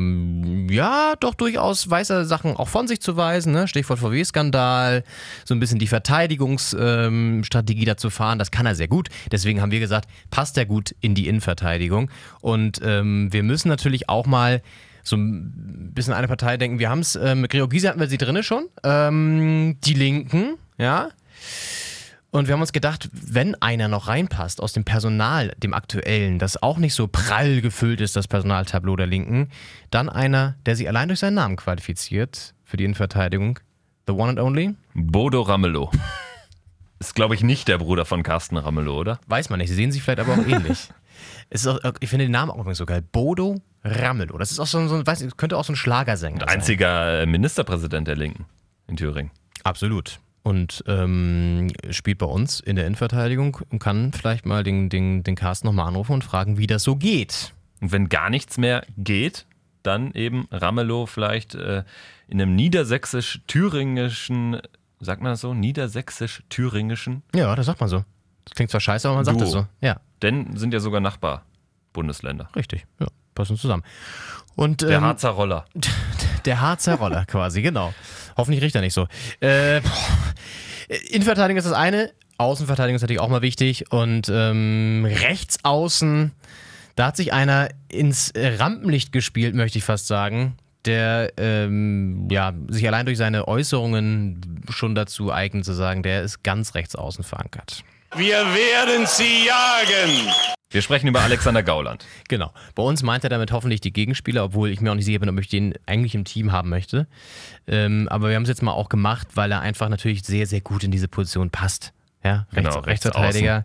doch durchaus weiß er Sachen auch von sich zu weisen. Ne? Stichwort VW-Skandal, so ein bisschen die Verteidigungsstrategie dazu fahren, das kann er sehr gut. Deswegen haben wir gesagt, passt er gut in die Innenverteidigung. Und wir müssen natürlich auch mal so ein bisschen an eine Partei denken. Wir haben es, mit Gregor Gysi hatten wir sie drinne schon. Die Linken, ja. Und wir haben uns gedacht, wenn einer noch reinpasst aus dem Personal, dem aktuellen, das auch nicht so prall gefüllt ist, das Personaltableau der Linken, dann einer, der sich allein durch seinen Namen qualifiziert für die Innenverteidigung. The one and only? Bodo Ramelow. Ist, glaube ich, nicht der Bruder von Carsten Ramelow, oder? Weiß man nicht, sie sehen sich vielleicht aber auch ähnlich. Ich finde den Namen auch übrigens so geil. Bodo Ramelow. Das ist auch könnte auch so ein Schlagersänger sein. Einziger Ministerpräsident der Linken in Thüringen. Absolut. Und spielt bei uns in der Innenverteidigung und kann vielleicht mal den Carsten nochmal anrufen und fragen, wie das so geht. Und wenn gar nichts mehr geht, dann eben Ramelow vielleicht in einem niedersächsisch-thüringischen, sagt man das so? Niedersächsisch-thüringischen? Ja, das sagt man so. Das klingt zwar scheiße, aber man sagt das so. Ja. Denn sind ja sogar Nachbarbundesländer. Richtig, ja. passen zusammen. Und, der Harzer Roller. Der Harzer Roller quasi, genau. Hoffentlich riecht er nicht so. Innenverteidigung ist das eine, Außenverteidigung ist natürlich auch mal wichtig und rechts außen, da hat sich einer ins Rampenlicht gespielt, möchte ich fast sagen, der sich allein durch seine Äußerungen schon dazu eignet zu sagen, der ist ganz rechts außen verankert. Wir werden sie jagen! Wir sprechen über Alexander Gauland. Genau. Bei uns meint er damit hoffentlich die Gegenspieler, obwohl ich mir auch nicht sicher bin, ob ich den eigentlich im Team haben möchte. Aber wir haben es jetzt mal auch gemacht, weil er einfach natürlich sehr, sehr gut in diese Position passt. Ja, Rechtsverteidiger.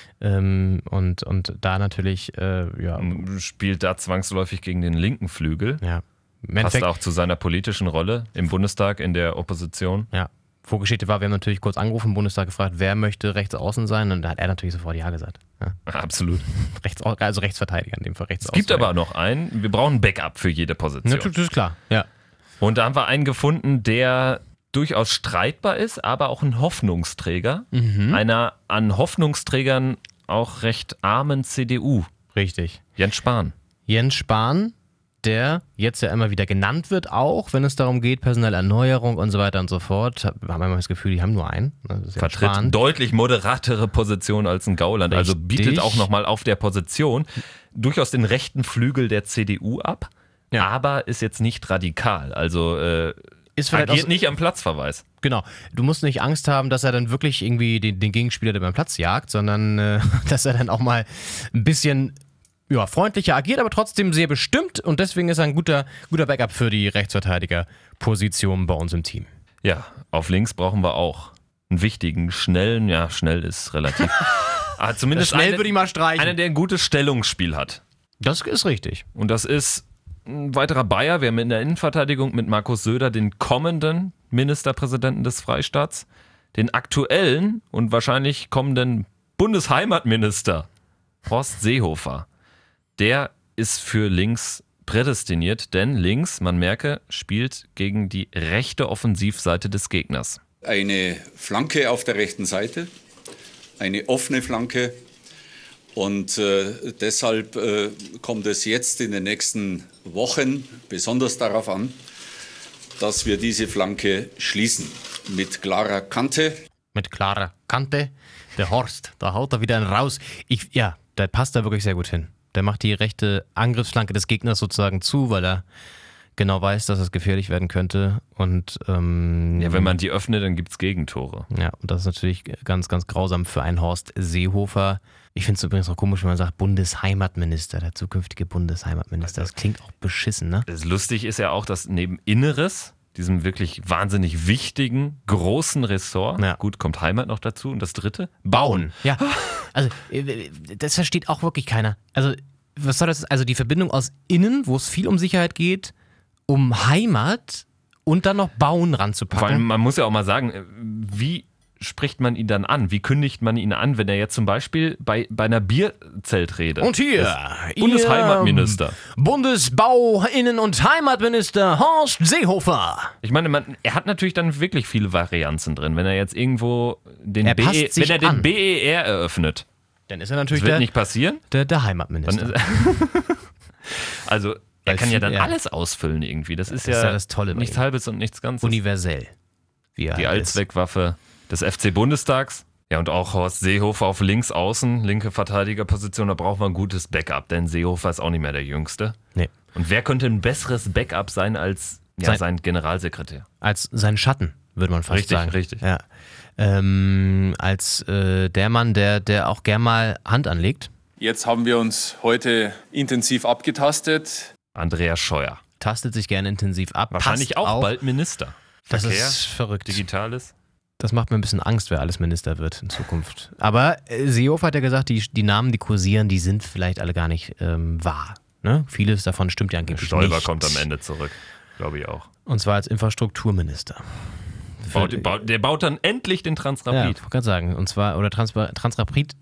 Und da natürlich, spielt da zwangsläufig gegen den linken Flügel. Ja. Passt auch zu seiner politischen Rolle im Bundestag, in der Opposition. Ja. Vorgeschichte war, wir haben natürlich kurz angerufen im Bundestag gefragt, wer möchte rechts außen sein, und da hat er natürlich sofort Ja gesagt. Ja. Absolut. Also Rechtsverteidiger in dem Fall. Es gibt aber noch einen, wir brauchen ein Backup für jede Position. Das ist klar, ja. Und da haben wir einen gefunden, der durchaus streitbar ist, aber auch ein Hoffnungsträger. Einer an Hoffnungsträgern auch recht armen CDU. Richtig. Jens Spahn. Jens Spahn, der jetzt ja immer wieder genannt wird, auch wenn es darum geht, personelle Erneuerung und so weiter und so fort. Wir haben immer das Gefühl, die haben nur einen. Vertritt deutlich moderatere Position als ein Gauland. Richtig. Also bietet auch nochmal auf der Position durchaus den rechten Flügel der CDU ab, aber ist jetzt nicht radikal. Also agiert nicht am Platzverweis. Genau. Du musst nicht Angst haben, dass er dann wirklich irgendwie den Gegenspieler beim Platz jagt, sondern dass er dann auch mal ein bisschen freundlicher agiert, aber trotzdem sehr bestimmt, und deswegen ist er ein guter Backup für die Rechtsverteidigerposition bei uns im Team. Ja, auf links brauchen wir auch einen wichtigen, schnellen, schnell ist relativ. Aber zumindest schnell würde ich mal streichen. Einer, der ein gutes Stellungsspiel hat. Das ist richtig. Und das ist ein weiterer Bayer. Wir haben in der Innenverteidigung mit Markus Söder den kommenden Ministerpräsidenten des Freistaats, den aktuellen und wahrscheinlich kommenden Bundesheimatminister Horst Seehofer. Der ist für links prädestiniert, denn links, man merke, spielt gegen die rechte Offensivseite des Gegners. Eine Flanke auf der rechten Seite, eine offene Flanke, und deshalb kommt es jetzt in den nächsten Wochen besonders darauf an, dass wir diese Flanke schließen. Mit klarer Kante. Mit klarer Kante. Der Horst, da haut er wieder einen raus. Der passt da wirklich sehr gut hin. Der macht die rechte Angriffsflanke des Gegners sozusagen zu, weil er genau weiß, dass es gefährlich werden könnte. Und wenn man die öffnet, dann gibt es Gegentore. Ja, und das ist natürlich ganz, ganz grausam für einen Horst Seehofer. Ich finde es übrigens auch komisch, wenn man sagt Bundesheimatminister, der zukünftige Bundesheimatminister. Das klingt auch beschissen, ne? Das lustig ist ja auch, dass neben Inneres, diesem wirklich wahnsinnig wichtigen, großen Ressort, gut, kommt Heimat noch dazu, und das dritte? Bauen. Ja, also das versteht auch wirklich keiner. Also was soll das? Also die Verbindung aus Innen, wo es viel um Sicherheit geht, um Heimat und dann noch Bauen ranzupacken. Vor allem, man muss ja auch mal sagen, wie spricht man ihn dann an? Wie kündigt man ihn an, wenn er jetzt zum Beispiel bei einer Bierzeltrede und hier Bundesheimatminister, Bundesbau-, Innen- und Heimatminister Horst Seehofer. Ich meine, er hat natürlich dann wirklich viele Varianzen drin. Wenn er jetzt irgendwo den BER eröffnet, dann ist er natürlich das wird nicht passieren. Der Heimatminister. Also er kann ja dann alles ausfüllen irgendwie. Das ist ja das Tolle. Nichts Halbes und nichts Ganzes. Universell. Die Allzweckwaffe des FC Bundestags. Ja, und auch Horst Seehofer auf links außen, linke Verteidigerposition, da braucht man ein gutes Backup, denn Seehofer ist auch nicht mehr der Jüngste. Nee. Und wer könnte ein besseres Backup sein als sein Generalsekretär? Als sein Schatten, würde man fast sagen. Richtig. Ja. Als der Mann, der auch gern mal Hand anlegt. Jetzt haben wir uns heute intensiv abgetastet. Andreas Scheuer. Tastet sich gerne intensiv ab. Wahrscheinlich auch bald Minister. Das Verkehr, ist verrückt. Digitales. Das macht mir ein bisschen Angst, wer alles Minister wird in Zukunft. Aber Seehofer hat ja gesagt, die Namen, die kursieren, die sind vielleicht alle gar nicht wahr. Ne? Vieles davon stimmt ja angeblich Stoiber nicht. kommt am Ende zurück, glaube ich auch. Und zwar als Infrastrukturminister. Der baut dann endlich den Transrapid. Ja, ich wollte gerade sagen. Und zwar, oder Transrapid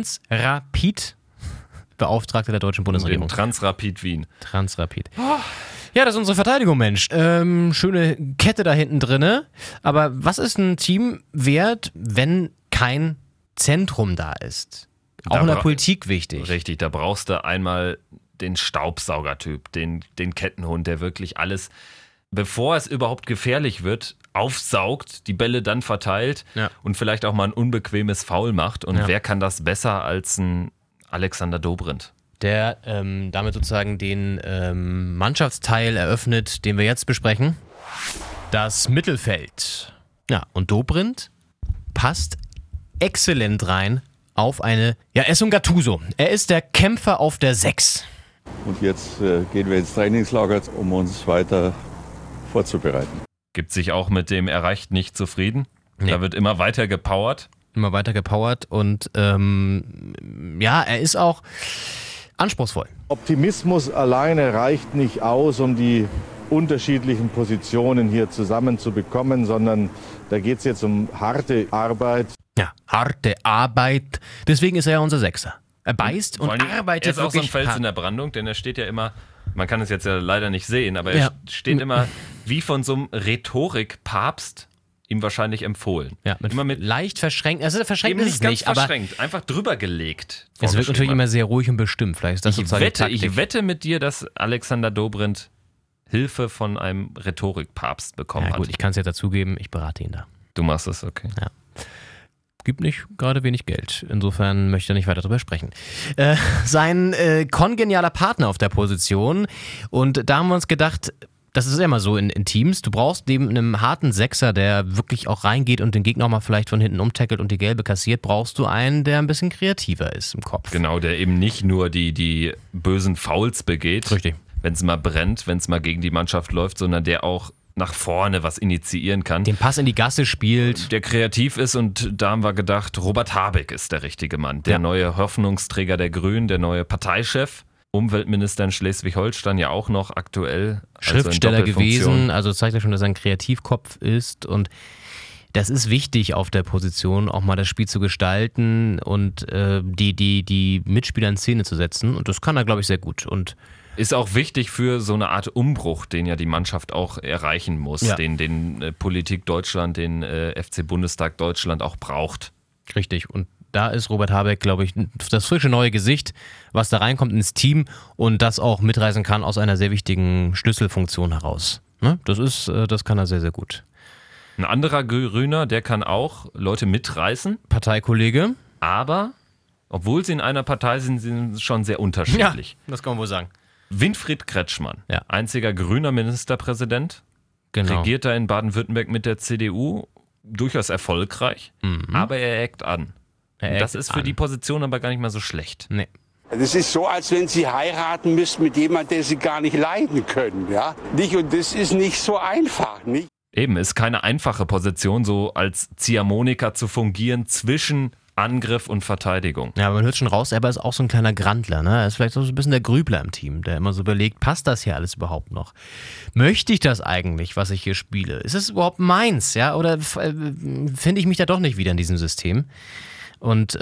Beauftragter der deutschen Bundesregierung. Transrapid Wien. Transrapid. Ja, das ist unsere Verteidigung, Mensch. Schöne Kette da hinten drinne. Aber was ist ein Team wert, wenn kein Zentrum da ist? Auch in der Politik wichtig. Richtig, da brauchst du einmal den Staubsaugertyp, den Kettenhund, der wirklich alles, bevor es überhaupt gefährlich wird, aufsaugt, die Bälle dann verteilt und vielleicht auch mal ein unbequemes Foul macht. Und wer kann das besser als ein Alexander Dobrindt? Der damit sozusagen den Mannschaftsteil eröffnet, den wir jetzt besprechen. Das Mittelfeld. Ja, und Dobrindt passt exzellent rein auf eine, er ist ein Gattuso. Er ist der Kämpfer auf der 6. Und jetzt gehen wir ins Trainingslager, um uns weiter vorzubereiten. Gibt sich auch mit dem Erreicht nicht zufrieden. Nee. Da wird immer weiter gepowert. Und er ist auch anspruchsvoll. Optimismus alleine reicht nicht aus, um die unterschiedlichen Positionen hier zusammenzubekommen, sondern da geht es jetzt um harte Arbeit. Ja, harte Arbeit. Deswegen ist er ja unser Sechser. Er beißt und arbeitet. Er ist auch so ein Fels hart in der Brandung, denn er steht ja immer, man kann es jetzt ja leider nicht sehen, aber er steht immer wie von so einem Rhetorikpapst ihm wahrscheinlich empfohlen. Ja, immer mit leicht verschränkt. Also verschränkt ist es nicht, aber verschränkt, einfach drüber gelegt. Es wirkt natürlich immer sehr ruhig und bestimmt. Vielleicht ist das ich wette mit dir, dass Alexander Dobrindt Hilfe von einem Rhetorikpapst bekommen hat. Ja gut, ich kann es ja dazugeben, ich berate ihn da. Du machst es, okay. Ja. Gibt nicht gerade wenig Geld. Insofern möchte ich nicht weiter drüber sprechen. Sein kongenialer Partner auf der Position. Und da haben wir uns gedacht, das ist ja immer so in Teams. Du brauchst neben einem harten Sechser, der wirklich auch reingeht und den Gegner auch mal vielleicht von hinten umtackelt und die Gelbe kassiert, brauchst du einen, der ein bisschen kreativer ist im Kopf. Genau, der eben nicht nur die bösen Fouls begeht. Richtig. Wenn es mal brennt, wenn es mal gegen die Mannschaft läuft, sondern der auch nach vorne was initiieren kann. Den Pass in die Gasse spielt. Der kreativ ist und da haben wir gedacht, Robert Habeck ist der richtige Mann. Der neue Hoffnungsträger der Grünen, der neue Parteichef. Umweltminister in Schleswig-Holstein ja auch noch aktuell. Schriftsteller gewesen, also zeigt ja schon, dass er ein Kreativkopf ist und das ist wichtig auf der Position, auch mal das Spiel zu gestalten und die Mitspieler in Szene zu setzen und das kann er, glaube ich, sehr gut und ist auch wichtig für so eine Art Umbruch, den ja die Mannschaft auch erreichen muss, den Politik Deutschland, den FC Bundestag Deutschland auch braucht. Richtig, und da ist Robert Habeck, glaube ich, das frische neue Gesicht, was da reinkommt ins Team und das auch mitreißen kann aus einer sehr wichtigen Schlüsselfunktion heraus. Ne? Das kann er sehr, sehr gut. Ein anderer Grüner, der kann auch Leute mitreißen. Parteikollege. Aber, obwohl sie in einer Partei sind, sind sie schon sehr unterschiedlich. Ja, das kann man wohl sagen. Winfried Kretschmann, einziger grüner Ministerpräsident, regiert da in Baden-Württemberg mit der CDU durchaus erfolgreich, aber er eckt an. Das ist für die Position aber gar nicht mal so schlecht. Nee. Das ist so, als wenn Sie heiraten müssten mit jemandem, der Sie gar nicht leiden können. Ja? Und das ist nicht so einfach. Nicht? Eben, ist keine einfache Position, so als Ziehharmonika zu fungieren zwischen Angriff und Verteidigung. Ja, aber man hört schon raus, er ist auch so ein kleiner Grandler. Ne? Er ist vielleicht so ein bisschen der Grübler im Team, der immer so überlegt, passt das hier alles überhaupt noch? Möchte ich das eigentlich, was ich hier spiele? Ist es überhaupt meins? Ja? Oder finde ich mich da doch nicht wieder in diesem System? Und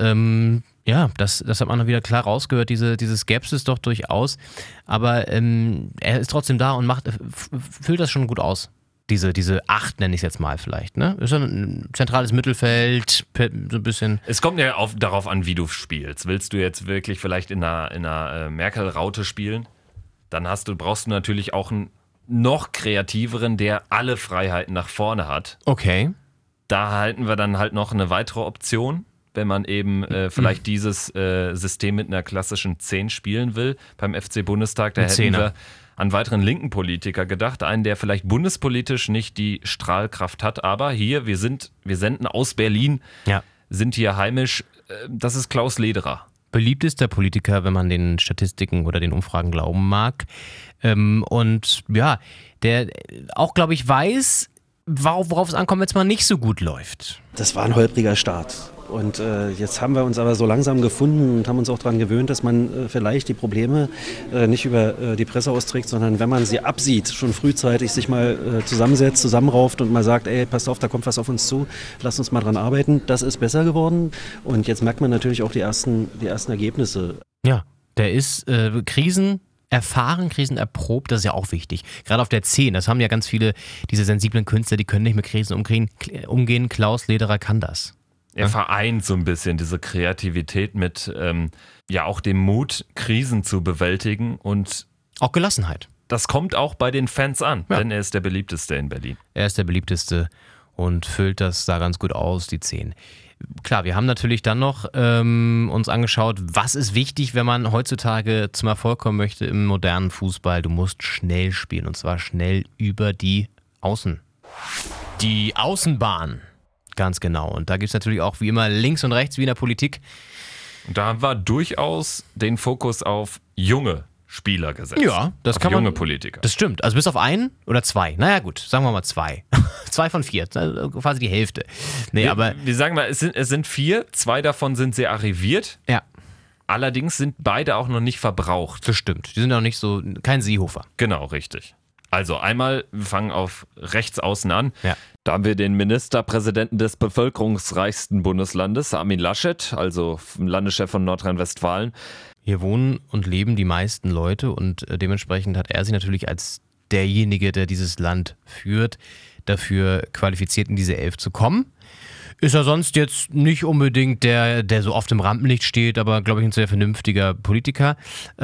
das hat man noch wieder klar rausgehört, diese Skepsis doch durchaus. Aber er ist trotzdem da und füllt das schon gut aus. Diese 8 nenne ich es jetzt mal vielleicht, ne? Ist ein zentrales Mittelfeld, so ein bisschen. Es kommt ja darauf an, wie du spielst. Willst du jetzt wirklich vielleicht in einer Merkel-Raute spielen? Dann brauchst du natürlich auch einen noch kreativeren, der alle Freiheiten nach vorne hat. Okay. Da halten wir dann halt noch eine weitere Option, wenn man eben vielleicht dieses System mit einer klassischen 10 spielen will. Beim FC Bundestag, da hätten wir an weiteren linken Politiker gedacht. Einen, der vielleicht bundespolitisch nicht die Strahlkraft hat, aber hier, wir senden aus Berlin, sind hier heimisch, das ist Klaus Lederer. Beliebtester Politiker, wenn man den Statistiken oder den Umfragen glauben mag. Und ja, der auch, glaube ich, weiß, worauf es ankommt, wenn es mal nicht so gut läuft. Das war ein holpriger Start. Und jetzt haben wir uns aber so langsam gefunden und haben uns auch daran gewöhnt, dass man vielleicht die Probleme nicht über die Presse austrägt, sondern wenn man sie absieht, schon frühzeitig sich mal zusammensetzt, zusammenrauft und mal sagt, ey, passt auf, da kommt was auf uns zu, lasst uns mal dran arbeiten. Das ist besser geworden und jetzt merkt man natürlich auch die ersten Ergebnisse. Ja, der ist krisenerfahren, krisenerprobt, das ist ja auch wichtig. Gerade auf der 10, das haben ja ganz viele, diese sensiblen Künstler, die können nicht mit Krisen umgehen. Klaus Lederer kann das. Er vereint so ein bisschen diese Kreativität mit auch dem Mut, Krisen zu bewältigen und auch Gelassenheit. Das kommt auch bei den Fans an, denn er ist der beliebteste in Berlin. Er ist der beliebteste und füllt das da ganz gut aus, die 10. Klar, wir haben natürlich dann noch uns angeschaut, was ist wichtig, wenn man heutzutage zum Erfolg kommen möchte im modernen Fußball. Du musst schnell spielen und zwar schnell über die Außen. Die Außenbahn, ganz genau. Und da gibt es natürlich auch wie immer links und rechts wie in der Politik. Und da haben wir durchaus den Fokus auf junge Spieler gesetzt. Ja, das auf kann man. Junge Politiker. Das stimmt. Also bis auf 1 oder 2. Naja gut, sagen wir mal 2. 2 von 4, also quasi die Hälfte. Nee, aber wir sagen mal, es sind 4, 2 davon sind sehr arriviert. Ja. Allerdings sind beide auch noch nicht verbraucht. Das stimmt. Die sind auch nicht so, kein Seehofer. Genau, richtig. Also einmal, wir fangen auf rechts außen an. Ja. Da haben wir den Ministerpräsidenten des bevölkerungsreichsten Bundeslandes, Armin Laschet, also Landeschef von Nordrhein-Westfalen. Hier wohnen und leben die meisten Leute und dementsprechend hat er sich natürlich als derjenige, der dieses Land führt, dafür qualifiziert, in diese 11 zu kommen. Ist er sonst jetzt nicht unbedingt der so oft im Rampenlicht steht, aber glaube ich ein sehr vernünftiger Politiker.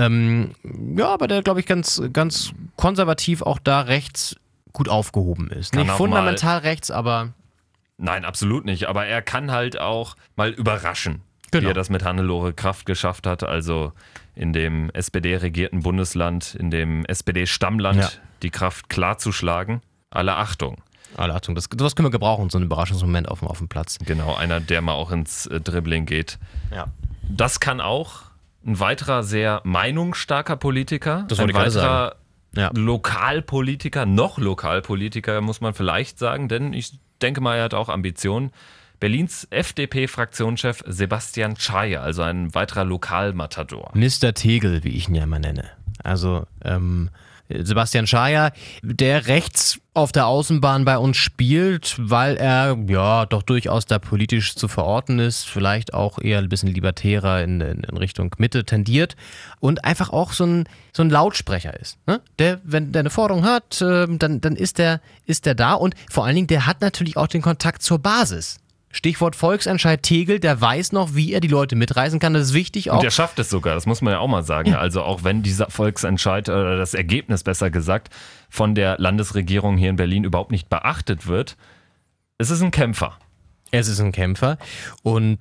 Aber der glaube ich ganz, ganz konservativ auch da rechts gut aufgehoben ist. Nicht fundamental rechts, aber... Nein, absolut nicht. Aber er kann halt auch mal überraschen, wie er das mit Hannelore Kraft geschafft hat. Also in dem SPD-regierten Bundesland, in dem SPD-Stammland, die Kraft klarzuschlagen. Alle Achtung. Alle Achtung, das können wir gebrauchen, so einen Überraschungsmoment auf dem Platz. Genau, einer, der mal auch ins Dribbling geht. Ja. Das kann auch ein weiterer sehr meinungsstarker Politiker, ein weiterer Lokalpolitiker, noch Lokalpolitiker, muss man vielleicht sagen, denn ich denke mal, er hat auch Ambitionen. Berlins FDP-Fraktionschef Sebastian Czaja, also ein weiterer Lokalmatador. Mr. Tegel, wie ich ihn ja immer nenne. Also Sebastian Czaja, der rechts auf der Außenbahn bei uns spielt, weil er doch durchaus da politisch zu verorten ist, vielleicht auch eher ein bisschen libertärer in Richtung Mitte tendiert und einfach auch so ein Lautsprecher ist. Ne? Der, wenn der eine Forderung hat, dann ist der da und vor allen Dingen, der hat natürlich auch den Kontakt zur Basis. Stichwort Volksentscheid Tegel, der weiß noch, wie er die Leute mitreißen kann. Das ist wichtig auch. Und der schafft es sogar, das muss man ja auch mal sagen. Ja. Also auch wenn dieser Volksentscheid oder das Ergebnis besser gesagt von der Landesregierung hier in Berlin überhaupt nicht beachtet wird, es ist ein Kämpfer. Es ist ein Kämpfer und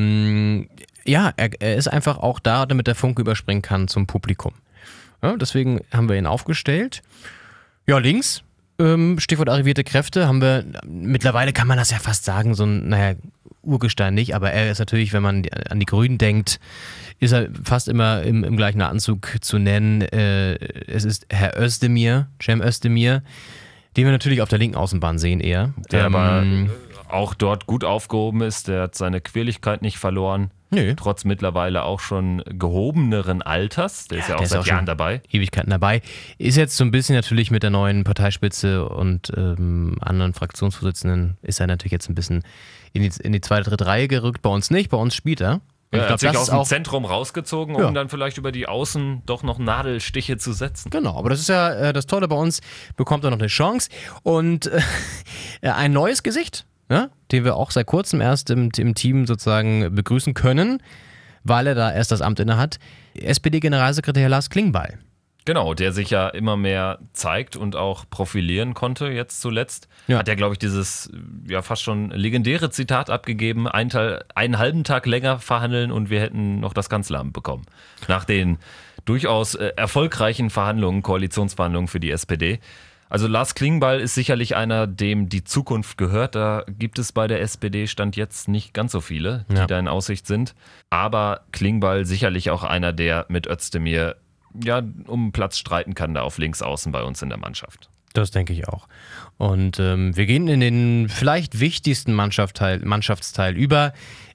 er ist einfach auch da, damit der Funke überspringen kann zum Publikum. Ja, deswegen haben wir ihn aufgestellt. Ja, links. Stichwort arrivierte Kräfte haben wir, mittlerweile kann man das ja fast sagen, so ein, Urgestein nicht, aber er ist natürlich, wenn man an die Grünen denkt, ist er fast immer im gleichen Anzug zu nennen. Es ist Herr Özdemir, Cem Özdemir, den wir natürlich auf der linken Außenbahn sehen eher. Der aber auch dort gut aufgehoben ist, der hat seine Quirligkeit nicht verloren. Nö. Trotz mittlerweile auch schon gehobeneren Alters. Der ist ja auch seit Jahren dabei. Ewigkeiten dabei. Ist jetzt so ein bisschen natürlich mit der neuen Parteispitze und anderen Fraktionsvorsitzenden ist er natürlich jetzt ein bisschen in die zweite, dritte Reihe gerückt. Bei uns nicht, bei uns spielt er. Er hat sich aus dem Zentrum rausgezogen, um dann vielleicht über die Außen doch noch Nadelstiche zu setzen. Genau, aber das ist ja das Tolle bei uns, bekommt er noch eine Chance und ein neues Gesicht. Ja, den wir auch seit kurzem erst im Team sozusagen begrüßen können, weil er da erst das Amt innehat. SPD-Generalsekretär Lars Klingbeil. Genau, der sich ja immer mehr zeigt und auch profilieren konnte jetzt zuletzt. Ja. Hat ja, glaube ich, dieses fast schon legendäre Zitat abgegeben, einen halben Tag länger verhandeln und wir hätten noch das Kanzleramt bekommen. Nach den durchaus erfolgreichen Verhandlungen, Koalitionsverhandlungen für die SPD. Also Lars Klingbeil ist sicherlich einer, dem die Zukunft gehört. Da gibt es bei der SPD Stand jetzt nicht ganz so viele, die da in Aussicht sind. Aber Klingbeil sicherlich auch einer, der mit Özdemir um Platz streiten kann, da auf links außen bei uns in der Mannschaft. Das denke ich auch. Und wir gehen in den vielleicht wichtigsten Mannschaftsteil über,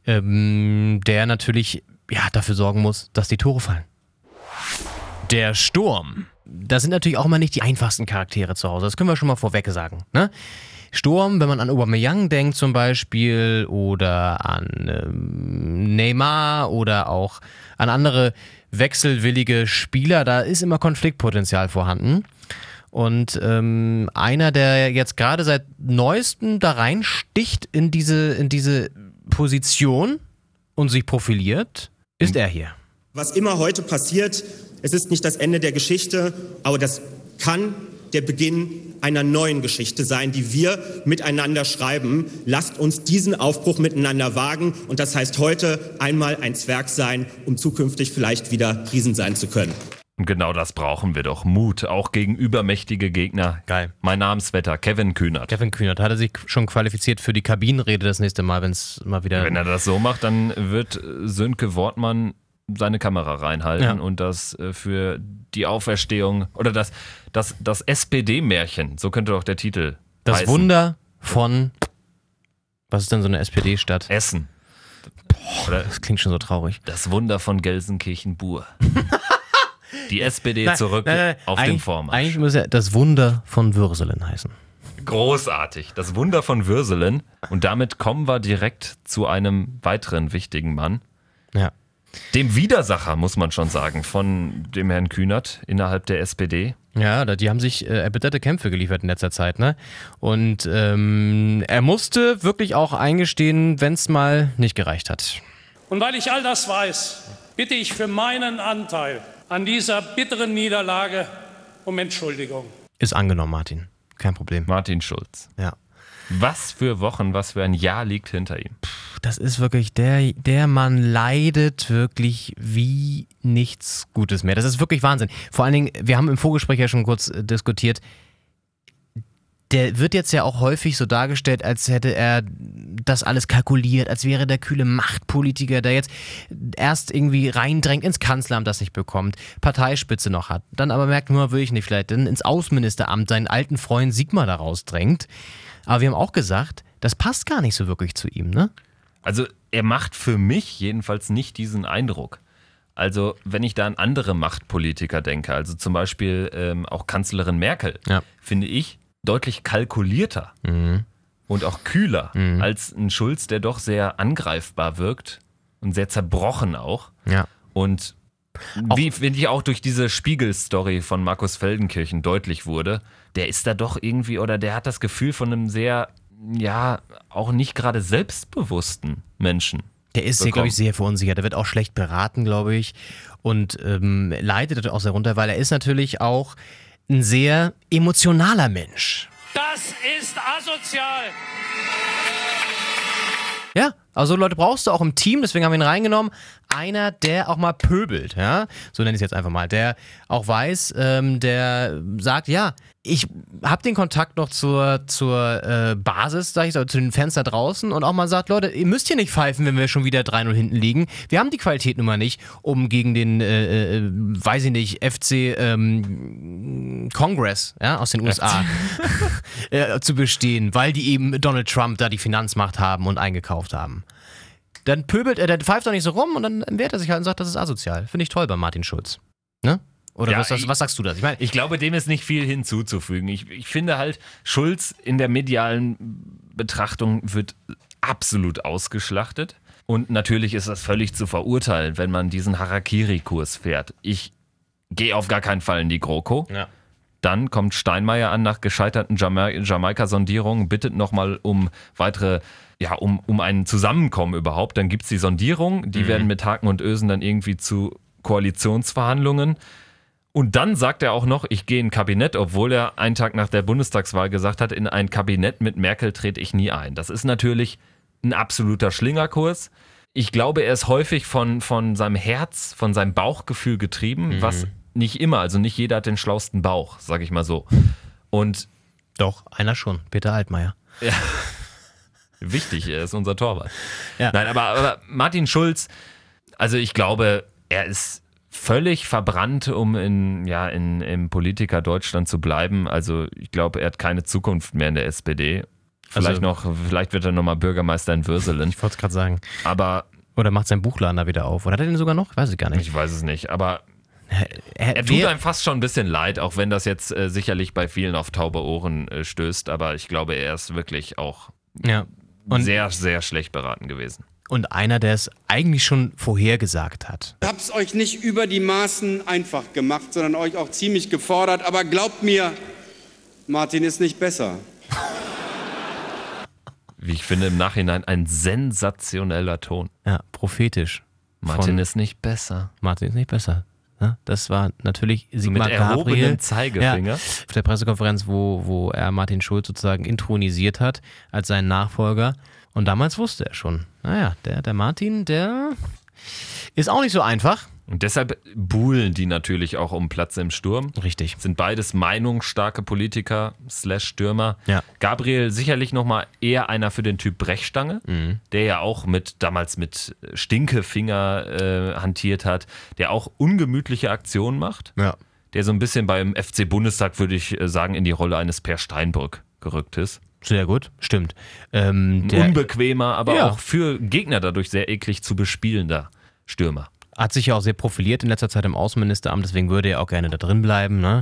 der natürlich dafür sorgen muss, dass die Tore fallen. Der Sturm. Das sind natürlich auch mal nicht die einfachsten Charaktere zu Hause. Das können wir schon mal vorweg sagen. Ne? Sturm, wenn man an Aubameyang denkt zum Beispiel oder an Neymar oder auch an andere wechselwillige Spieler, da ist immer Konfliktpotenzial vorhanden. Und einer, der jetzt gerade seit Neuestem da reinsticht in diese Position und sich profiliert, ist er hier. Was immer heute passiert, es ist nicht das Ende der Geschichte, aber das kann der Beginn einer neuen Geschichte sein, die wir miteinander schreiben. Lasst uns diesen Aufbruch miteinander wagen und das heißt heute einmal ein Zwerg sein, um zukünftig vielleicht wieder Riesen sein zu können. Und genau das brauchen wir doch. Mut, auch gegen übermächtige Gegner. Geil. Mein Namensvetter, Kevin Kühnert. Kevin Kühnert hat er sich schon qualifiziert für die Kabinenrede das nächste Mal, wenn es mal wieder... Wenn er das so macht, dann wird Sönke Wortmann seine Kamera reinhalten und das für die Auferstehung oder das SPD-Märchen, so könnte doch der Titel Das heißen. Wunder von... Was ist denn so eine SPD-Stadt? Essen. Oder das klingt schon so traurig. Das Wunder von Gelsenkirchen-Bur. Die SPD zurück auf dem Vormarsch. Eigentlich muss ja das Wunder von Würselen heißen. Großartig. Das Wunder von Würselen. Und damit kommen wir direkt zu einem weiteren wichtigen Mann. Ja. Dem Widersacher, muss man schon sagen, von dem Herrn Kühnert innerhalb der SPD. Ja, die haben sich erbitterte Kämpfe geliefert in letzter Zeit, ne? Und er musste wirklich auch eingestehen, wenn es mal nicht gereicht hat. Und weil ich all das weiß, bitte ich für meinen Anteil an dieser bitteren Niederlage um Entschuldigung. Ist angenommen, Martin. Kein Problem. Martin Schulz. Ja. Was für Wochen, was für ein Jahr liegt hinter ihm. Das ist wirklich, der Mann leidet wirklich wie nichts Gutes mehr. Das ist wirklich Wahnsinn. Vor allen Dingen, wir haben im Vorgespräch ja schon kurz diskutiert, der wird jetzt ja auch häufig so dargestellt, als hätte er das alles kalkuliert, als wäre der kühle Machtpolitiker, der jetzt erst irgendwie reindrängt ins Kanzleramt, das nicht bekommt, Parteispitze noch hat, dann aber merkt, nur will ich nicht, vielleicht dann ins Außenministeramt seinen alten Freund Sigmar da rausdrängt. Aber wir haben auch gesagt, das passt gar nicht so wirklich zu ihm, ne? Also er macht für mich jedenfalls nicht diesen Eindruck. Also wenn ich da an andere Machtpolitiker denke, also zum Beispiel auch Kanzlerin Merkel, finde ich deutlich kalkulierter und auch kühler als ein Schulz, der doch sehr angreifbar wirkt und sehr zerbrochen auch. Ja. Und wie, finde ich, auch durch diese Spiegel-Story von Markus Feldenkirchen deutlich wurde, der ist da doch irgendwie, oder der hat das Gefühl von einem sehr, ja, auch nicht gerade selbstbewussten Menschen. Der ist hier, glaube ich, sehr verunsichert. Der wird auch schlecht beraten, glaube ich, und leidet auch sehr runter, weil er ist natürlich auch ein sehr emotionaler Mensch. Das ist asozial. Ja, also Leute brauchst du auch im Team, deswegen haben wir ihn reingenommen. Einer, der auch mal pöbelt, ja, so nenne ich es jetzt einfach mal, der auch weiß, der sagt, ja, ich habe den Kontakt noch zur Basis, sag ich so, zu den Fans da draußen und auch mal sagt, Leute, ihr müsst hier nicht pfeifen, wenn wir schon wieder 3-0 hinten liegen. Wir haben die Qualität nun mal nicht, um gegen den, weiß ich nicht, FC Congress, ja, aus den USA zu bestehen, weil die eben Donald Trump da die Finanzmacht haben und eingekauft haben. Dann pöbelt er, der pfeift doch nicht so rum und dann wehrt er sich halt und sagt, das ist asozial. Finde ich toll bei Martin Schulz. Ne? Oder ja, was sagst du da? Ich glaube, dem ist nicht viel hinzuzufügen. Ich finde halt, Schulz in der medialen Betrachtung wird absolut ausgeschlachtet. Und natürlich ist das völlig zu verurteilen, wenn man diesen Harakiri-Kurs fährt. Ich gehe auf gar keinen Fall in die GroKo. Ja. Dann kommt Steinmeier an nach gescheiterten Jamaika-Sondierungen, bittet nochmal um weitere, ja, um ein Zusammenkommen überhaupt. Dann gibt es die Sondierung, die werden mit Haken und Ösen dann irgendwie zu Koalitionsverhandlungen. Und dann sagt er auch noch, ich gehe in ein Kabinett, obwohl er einen Tag nach der Bundestagswahl gesagt hat, in ein Kabinett mit Merkel trete ich nie ein. Das ist natürlich ein absoluter Schlingerkurs. Ich glaube, er ist häufig von seinem Herz, von seinem Bauchgefühl getrieben, was nicht immer, also nicht jeder hat den schlausten Bauch, sage ich mal so. Und doch, einer schon, Peter Altmaier. Ja. Wichtig, er ist unser Torwart. Ja. Nein, aber Martin Schulz, also ich glaube, er ist völlig verbrannt, um im Politiker Deutschland zu bleiben. Also ich glaube, er hat keine Zukunft mehr in der SPD. Vielleicht wird er nochmal Bürgermeister in Würselen. Ich wollte es gerade sagen. Aber oder macht sein Buchladen da wieder auf. Oder hat er den sogar noch? Weiß ich gar nicht. Ich weiß es nicht, aber er tut einem fast schon ein bisschen leid, auch wenn das jetzt sicherlich bei vielen auf taube Ohren stößt. Aber ich glaube, er ist wirklich auch sehr, sehr schlecht beraten gewesen. Und einer, der es eigentlich schon vorhergesagt hat. Ich hab's euch nicht über die Maßen einfach gemacht, sondern euch auch ziemlich gefordert. Aber glaubt mir, Martin ist nicht besser. wie ich finde, im Nachhinein ein sensationeller Ton. Ja, prophetisch. Martin ist nicht besser. Martin ist nicht besser. Ja, das war natürlich Sigmar mit erhobenem Gabriel. Zeigefinger. Ja, auf der Pressekonferenz, wo er Martin Schulz sozusagen intronisiert hat als seinen Nachfolger. Und damals wusste er schon, naja, der Martin, der ist auch nicht so einfach. Und deshalb buhlen die natürlich auch um Platz im Sturm. Richtig. Sind beides meinungsstarke Politiker / Stürmer. Ja. Gabriel sicherlich nochmal eher einer für den Typ Brechstange, der ja auch damals mit Stinkefinger hantiert hat, der auch ungemütliche Aktionen macht. Ja. Der so ein bisschen beim FC Bundestag, würde ich sagen, in die Rolle eines Per Steinbrück gerückt ist. Sehr gut, stimmt. Unbequemer, aber ja, auch für Gegner dadurch sehr eklig zu bespielender Stürmer. Hat sich ja auch sehr profiliert in letzter Zeit im Außenministeramt, deswegen würde er auch gerne da drin bleiben. Ne?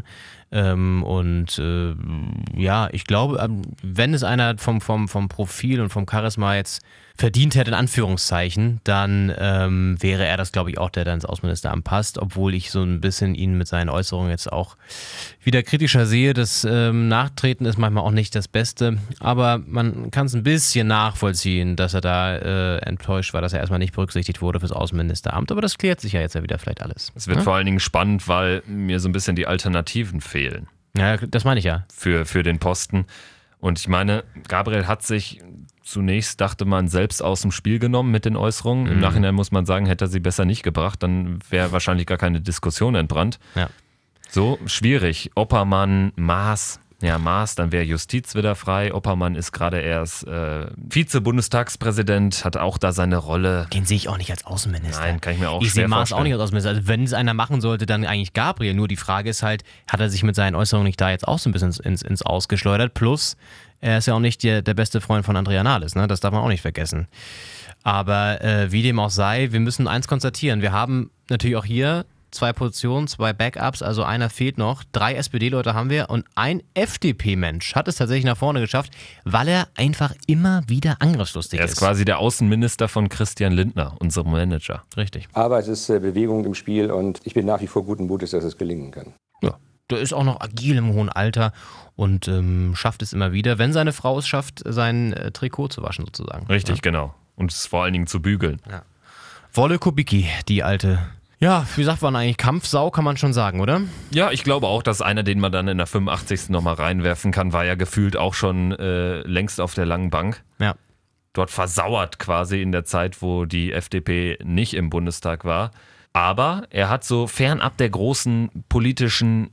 Ja, ich glaube, wenn es einer vom Profil und vom Charisma jetzt verdient hätte, in Anführungszeichen, dann wäre er das, glaube ich, auch, der da ins Außenministeramt passt, obwohl ich so ein bisschen ihn mit seinen Äußerungen jetzt auch wieder kritischer sehe. Das Nachtreten ist manchmal auch nicht das Beste, aber man kann es ein bisschen nachvollziehen, dass er da enttäuscht war, dass er erstmal nicht berücksichtigt wurde fürs Außenministeramt, aber das klärt sich ja jetzt ja wieder vielleicht alles. Es wird vor allen Dingen spannend, weil mir so ein bisschen die Alternativen fehlen. Ja, das meine ich ja. Für den Posten. Und ich meine, Gabriel hat sich zunächst, dachte man, selbst aus dem Spiel genommen mit den Äußerungen. Im Nachhinein muss man sagen, hätte er sie besser nicht gebracht, dann wäre wahrscheinlich gar keine Diskussion entbrannt. Ja. So, schwierig. Oppermann, Maas. Ja, Maas, dann wäre Justiz wieder frei. Oppermann ist gerade erst Vize-Bundestagspräsident, hat auch da seine Rolle. Den sehe ich auch nicht als Außenminister. Nein, kann ich mir auch ich schwer sehe Maas vorstellen. auch nicht als Außenminister. Also wenn es einer machen sollte, dann eigentlich Gabriel. Nur die Frage ist halt, hat er sich mit seinen Äußerungen nicht da jetzt auch so ein bisschen ins Ausgeschleudert? Plus, er ist ja auch nicht der beste Freund von Andrea Nahles, ne? Das darf man auch nicht vergessen. Aber wie dem auch sei, wir müssen eins konstatieren. Wir haben natürlich auch hier 2 Positionen, 2 Backups, also einer fehlt noch. 3 SPD-Leute haben wir und ein FDP-Mensch hat es tatsächlich nach vorne geschafft, weil er einfach immer wieder angriffslustig ist. Er ist quasi der Außenminister von Christian Lindner, unserem Manager. Richtig. Aber es ist Bewegung im Spiel und ich bin nach wie vor guten Mutes, dass es gelingen kann. Ja, der ist auch noch agil im hohen Alter und schafft es immer wieder, wenn seine Frau es schafft, sein Trikot zu waschen sozusagen. Richtig, genau. Und es vor allen Dingen zu bügeln. Ja. Wolle Kubicki, die alte... Ja, wie sagt man eigentlich, Kampfsau kann man schon sagen, oder? Ja, ich glaube auch, dass einer, den man dann in der 85. nochmal reinwerfen kann, war ja gefühlt auch schon längst auf der langen Bank. Ja. Dort versauert quasi in der Zeit, wo die FDP nicht im Bundestag war. Aber er hat so fernab der großen politischen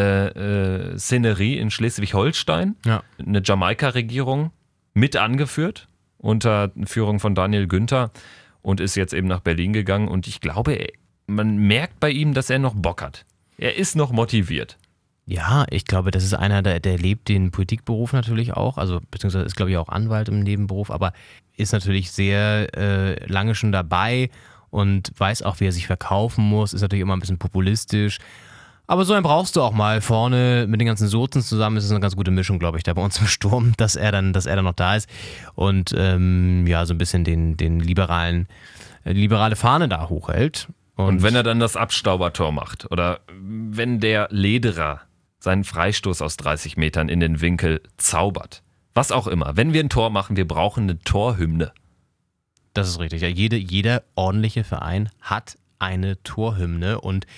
Szenerie in Schleswig-Holstein eine Jamaika-Regierung mit angeführt, unter Führung von Daniel Günther, und ist jetzt eben nach Berlin gegangen. Und ich glaube, man merkt bei ihm, dass er noch Bock hat. Er ist noch motiviert. Ja, ich glaube, das ist einer, der lebt den Politikberuf natürlich auch, also beziehungsweise ist, glaube ich, auch Anwalt im Nebenberuf, aber ist natürlich sehr lange schon dabei und weiß auch, wie er sich verkaufen muss, ist natürlich immer ein bisschen populistisch. Aber so einen brauchst du auch mal. Vorne mit den ganzen Sozen zusammen ist es eine ganz gute Mischung, glaube ich, da bei uns im Sturm, dass er dann noch da ist und so ein bisschen den liberale Fahne da hochhält. Und wenn er dann das Abstaubertor macht oder wenn der Lederer seinen Freistoß aus 30 Metern in den Winkel zaubert, was auch immer. Wenn wir ein Tor machen, wir brauchen eine Torhymne. Das ist richtig. Ja, jeder ordentliche Verein hat eine Torhymne und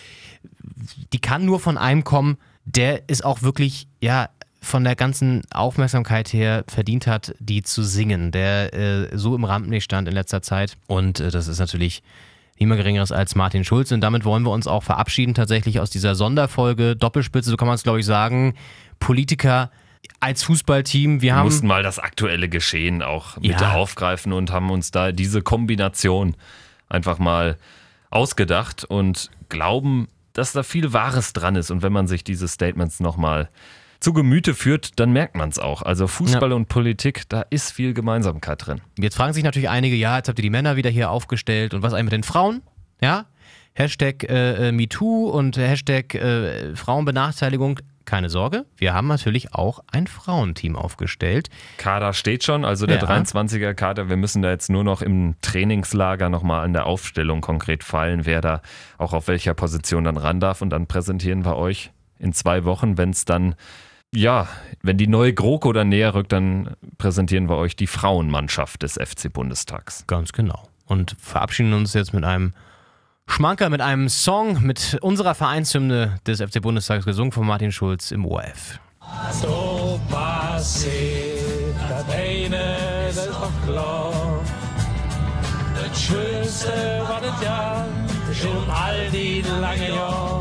die kann nur von einem kommen, der es auch wirklich, ja, von der ganzen Aufmerksamkeit her verdient hat, die zu singen, der so im Rampenlicht stand in letzter Zeit. Und das ist natürlich niemand Geringeres als Martin Schulz. Und damit wollen wir uns auch verabschieden tatsächlich aus dieser Sonderfolge Doppelspitze, so kann man es, glaube ich, sagen. Politiker als Fußballteam. Wir mussten mal das aktuelle Geschehen auch mit aufgreifen und haben uns da diese Kombination einfach mal ausgedacht und glauben, dass da viel Wahres dran ist. Und wenn man sich diese Statements nochmal zu Gemüte führt, dann merkt man es auch. Also Fußball und Politik, da ist viel Gemeinsamkeit drin. Jetzt fragen sich natürlich einige, jetzt habt ihr die Männer wieder hier aufgestellt und was eigentlich mit den Frauen? Ja, Hashtag MeToo und Hashtag Frauenbenachteiligung. Keine Sorge, wir haben natürlich auch ein Frauenteam aufgestellt. Kader steht schon, also der 23er Kader. Wir müssen da jetzt nur noch im Trainingslager nochmal an der Aufstellung konkret feilen, wer da auch auf welcher Position dann ran darf. Und dann präsentieren wir euch in 2 Wochen, wenn es dann Ja, wenn die neue GroKo dann näher rückt, dann präsentieren wir euch die Frauenmannschaft des FC Bundestags. Ganz genau. Und verabschieden uns jetzt mit einem Schmankerl, mit einem Song, mit unserer Vereinshymne des FC Bundestags, gesungen von Martin Schulz im ORF. So passiert das eine, das ist doch klar. Das Schönste war das Jahr, schon all die lange Jahre,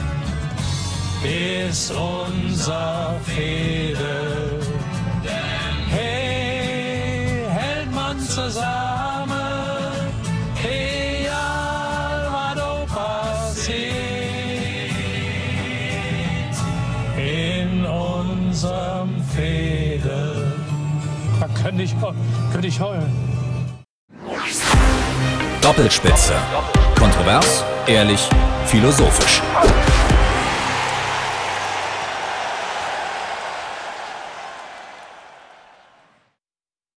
bis unser Fehde. Hey, hält man zusammen, egal was da passiert, in unserem Fehde. Da könnte ich heulen. Doppelspitze. Kontrovers, ehrlich, philosophisch.